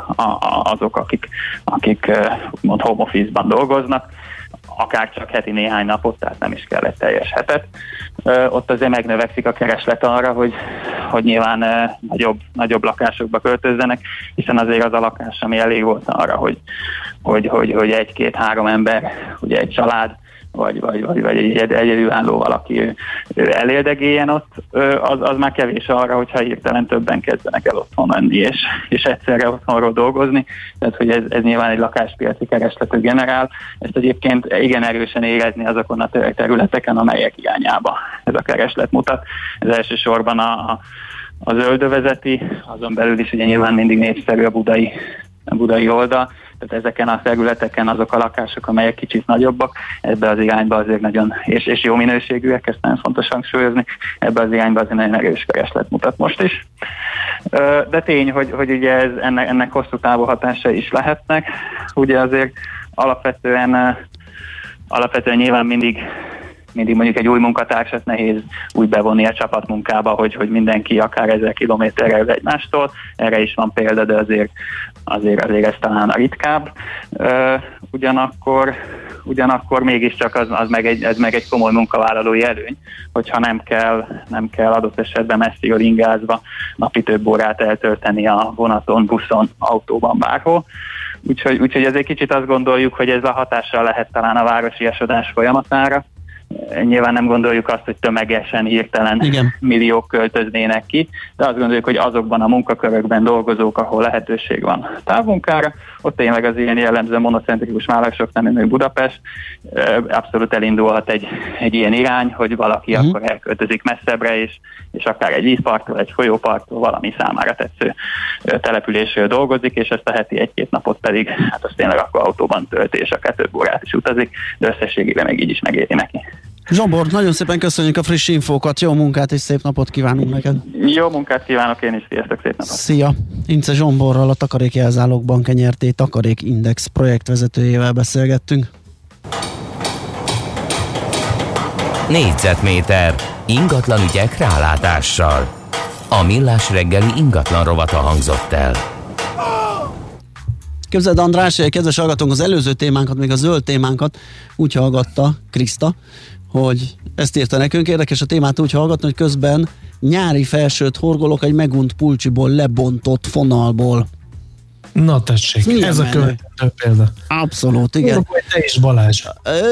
azok, akik mond home office-ban dolgoznak, akár csak heti néhány napot, tehát nem is kell egy teljes hetet. Ott azért megnövekszik a kereslet arra, hogy nyilván nagyobb lakásokba költözzenek, hiszen azért az a lakás, ami elég volt arra, hogy 1-2-3 ember, ugye egy család, vagy egy egyedülálló valaki elérdegéljen ott, az már kevés arra, hogyha hirtelen többen kezdenek el otthon menni, és egyszerre otthonról dolgozni, tehát hogy ez nyilván egy lakáspiaci keresletet generál, ezt egyébként igen erősen érezni azokon a területeken, amelyek irányába ez a kereslet mutat. Ez elsősorban a zöldövezeti, azon belül is ugye nyilván mindig népszerű a budai oldal, tehát ezeken a területeken azok a lakások, amelyek kicsit nagyobbak, ebbe az irányba azért nagyon, és jó minőségűek, ezt nagyon fontos hangsúlyozni, ebbe az irányba azért nagyon erős kereslet mutat most is. De tény, hogy ugye ennek hosszú távú hatásai is lehetnek, ugye azért alapvetően nyilván mindig mondjuk egy új munkatársat nehéz úgy bevonni a csapatmunkába, hogy mindenki akár 1000 kilométerrel egymástól. Erre is van példa, de azért ez talán a ritkább. Ugyanakkor mégiscsak ez meg egy komoly munkavállalói előny, hogyha nem kell adott esetben messziről ingázva napi több órát eltölteni a vonaton, buszon, autóban, bárhol. Úgyhogy ezért kicsit azt gondoljuk, hogy ez a hatással lehet talán a városiasodás folyamatára. Nyilván nem gondoljuk azt, hogy tömegesen, hirtelen milliók költöznének ki, de azt gondoljuk, hogy azokban a munkakörökben dolgozók, ahol lehetőség van távmunkára, ott tényleg az ilyen jellemző monocentrikus városok, nem mint Budapest, abszolút elindulhat egy ilyen irány, hogy valaki akkor elköltözik messzebbre, és akár egy vízpartról, egy folyópartról, valami számára tetsző településről dolgozik, és ezt a heti 1-2 napot pedig, hát az tényleg akkor autóban tölti, és akár több órát is utazik, de összességében meg így is megéri neki. Zsombor, nagyon szépen köszönjük a friss infókat, jó munkát és szép napot kívánunk neked. Jó munkát kívánok én is, sziasztok, szép napot. Szia! Ince Zsomborral, a Takarékjelzálók Bank Nyrt. Takarékindex projektvezetőjével beszélgettünk. Négyzetméter ingatlan ügyek rálátással. A Millás reggeli ingatlan rovata hangzott el. Képzeld, András, kedves hallgatónk, az előző témánkat, még a zöld témánkat úgy hallgatta Kriszta, hogy ezt írta nekünk. Érdekes a témát úgy hallgatni, hogy közben nyári felsőt horgolok egy megunt pulcsiból lebontott fonalból. Na tessék, ez a következő példa. Abszolút, igen. Te is, Balázs.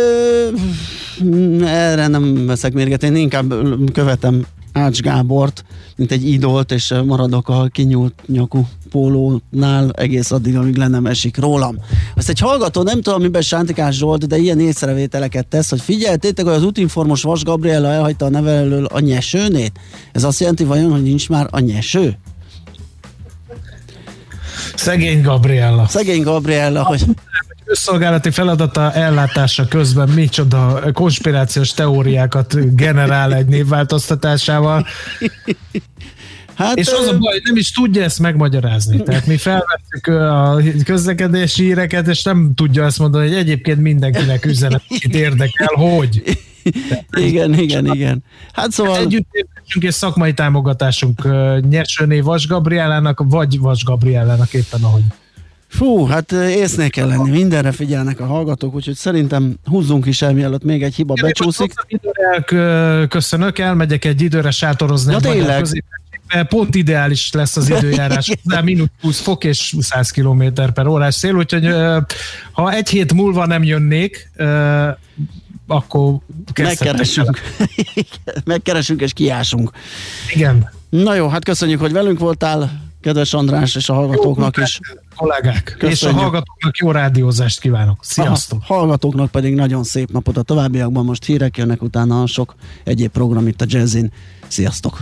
Erre nem veszek mérget, én inkább követem Ács Gábort, mint egy idolt, és maradok a kinyúlt nyakú pólónál egész addig, amíg le nem esik rólam. Azt egy hallgató, nem tudom, miben Sántikás Zsolt, de ilyen észrevételeket tesz, hogy figyeltétek, hogy az útinformos Vas Gabriella elhagyta a neve elől a nyesőnét? Ez azt jelenti vajon, hogy nincs már a nyeső? Szegény Gabriella, hogy közszolgálati feladata ellátása közben micsoda konspirációs teóriákat generál egy névváltoztatásával. És az a baj, nem is tudja ezt megmagyarázni. Tehát mi felvettük a közlekedési híreket, és nem tudja ezt mondani, hogy egyébként mindenkinek üzenet, akit érdekel, hogy. Igen. Hát szóval... Együttértésünk és szakmai támogatásunk nyersőné Vas Gabriellának, vagy Vas Gabriellának éppen ahogy. Fú, hát észnél kell lenni, mindenre figyelnek a hallgatók, úgyhogy szerintem húzzunk is el, mielőtt még egy hiba becsúszik. Köszönök, elmegyek egy időre sátorozni. Ja, tényleg? Pont ideális lesz az időjárás, de -20 fok és 100 km/h szél, úgyhogy ha egy hét múlva nem jönnék, akkor megkeresünk és kiásunk. Igen. Na jó, hát köszönjük, hogy velünk voltál, kedves András, és a hallgatóknak is. Kollégák, köszönjük. És a hallgatóknak jó rádiózást kívánok. Sziasztok! A hallgatóknak pedig nagyon szép napot a továbbiakban. Most hírek jönnek, utána a sok egyéb program itt a Jazzin. Sziasztok!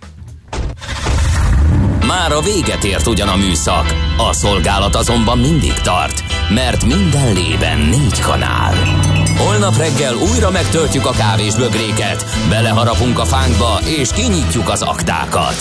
Már a véget ért ugyan a műszak, a szolgálat azonban mindig tart, mert minden lében 4 kanál. Holnap reggel újra megtöltjük a kávésbögréket, beleharapunk a fánkba és kinyitjuk az aktákat.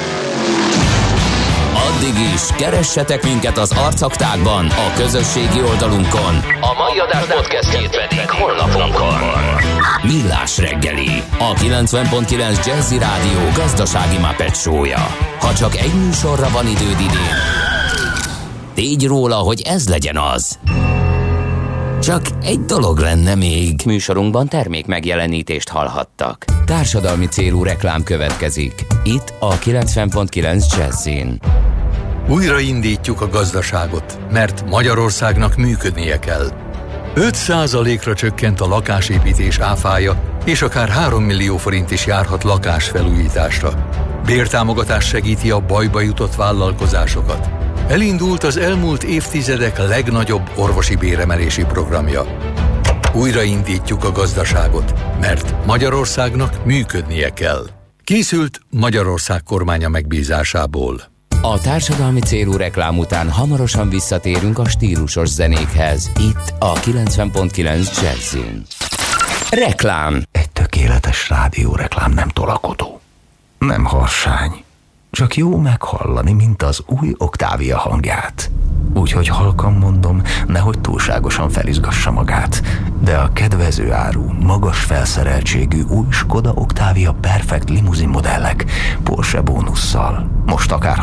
Addig is keressetek minket az arcaktákban, a közösségi oldalunkon. A mai adás podcastjét pedig honlapunkon. Millás reggeli, a 90.9 Jazzy Rádió gazdasági Muppet show-ja. Ha csak egy műsorra van időd idén, tégy róla, hogy ez legyen az. Csak egy dolog lenne még. Műsorunkban termék megjelenítést hallhattak. Társadalmi célú reklám következik. Itt a 90.9 Jazzin. Újraindítjuk a gazdaságot, mert Magyarországnak működnie kell. 5%-ra csökkent a lakásépítés áfája, és akár 3 millió forint is járhat lakásfelújításra. Bértámogatás segíti a bajba jutott vállalkozásokat. Elindult az elmúlt évtizedek legnagyobb orvosi béremelési programja. Újraindítjuk a gazdaságot, mert Magyarországnak működnie kell. Készült Magyarország kormánya megbízásából. A társadalmi célú reklám után hamarosan visszatérünk a stílusos zenékhez. Itt a 90.9 Jazzin. Reklám. Egy tökéletes rádióreklám nem tolakodó, nem harsány. Csak jó meghallani, mint az új Octavia hangját. Úgyhogy halkan mondom, nehogy túlságosan felizgassa magát. De a kedvező áru, magas felszereltségű új Skoda Octavia Perfect limuzin modellek Porsche bónusszal most akár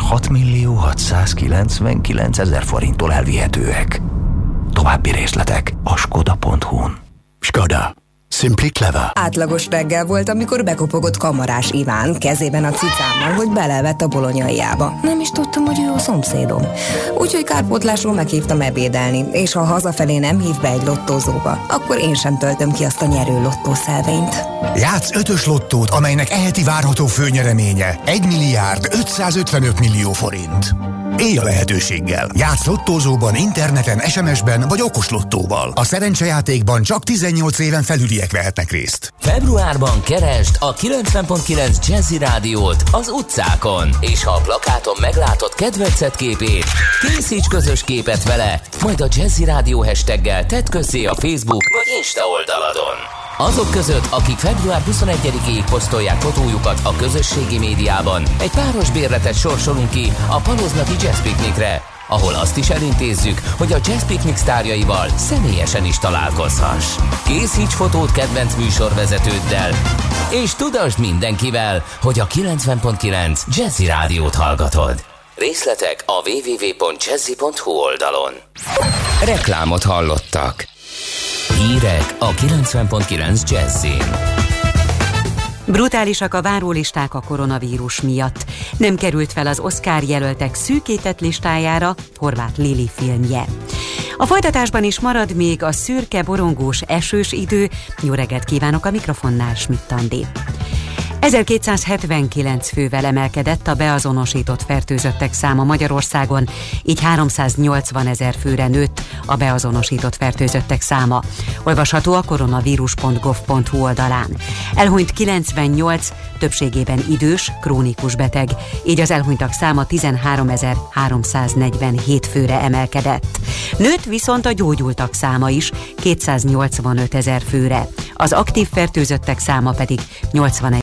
6.699.000 forinttól elvihetőek. További részletek a skoda.hu-n. Skoda. Simply clever. Átlagos reggel volt, amikor bekopogott Kamarás Iván kezében a cicámmal, hogy belevett a bolonyaiába. Nem is tudtam, hogy ő a szomszédom. Úgyhogy kárpótlásról meghívtam ebédelni, és ha hazafelé nem hív be egy lottózóba, akkor én sem töltöm ki azt a nyerő lottószelvényt. Játsz 5-ös lottót, amelynek eheti várható főnyereménye 1 milliárd 555 millió forint. Élj a lehetőséggel. Játsz lottózóban, interneten, SMS-ben vagy okos lottóval. A szerencsejátékban csak 18 éven felüliek vehetnek részt. Februárban keresd a 90.9 Jazzy Rádiót az utcákon, és ha a plakáton meglátod kedvenced képét, készíts közös képet vele, majd a Jazzy Rádió hashtaggel tedd közzé a Facebook vagy Insta oldaladon. Azok között, akik február 21-ig posztolják fotójukat a közösségi médiában, egy páros bérletet sorsolunk ki a Paloznaki Jazz Picnicre, ahol azt is elintézzük, hogy a Jazz Picnic sztárjaival személyesen is találkozhass. Készíts fotót kedvenc műsorvezetőddel, és tudasd mindenkivel, hogy a 90.9 Jazzy Rádiót hallgatod. Részletek a www.jazzy.hu oldalon. Reklámot hallottak. Hírek a 90.9 Jazzin. Brutálisak a várólisták a koronavírus miatt. Nem került fel az Oscar jelöltek szűkített listájára Horváth Lili filmje. A folytatásban is marad még a szürke, borongós, esős idő. Jó reggelt kívánok, a mikrofonnál Schmidt Andi. 1279 fővel emelkedett a beazonosított fertőzöttek száma Magyarországon, így 380 000 főre nőtt a beazonosított fertőzöttek száma. Olvasható a koronavírus.gov.hu oldalán. Elhunyt 98, többségében idős, krónikus beteg, így az elhunytak száma 13.347 főre emelkedett. Nőtt viszont a gyógyultak száma is 285 000 főre. Az aktív fertőzöttek száma pedig 81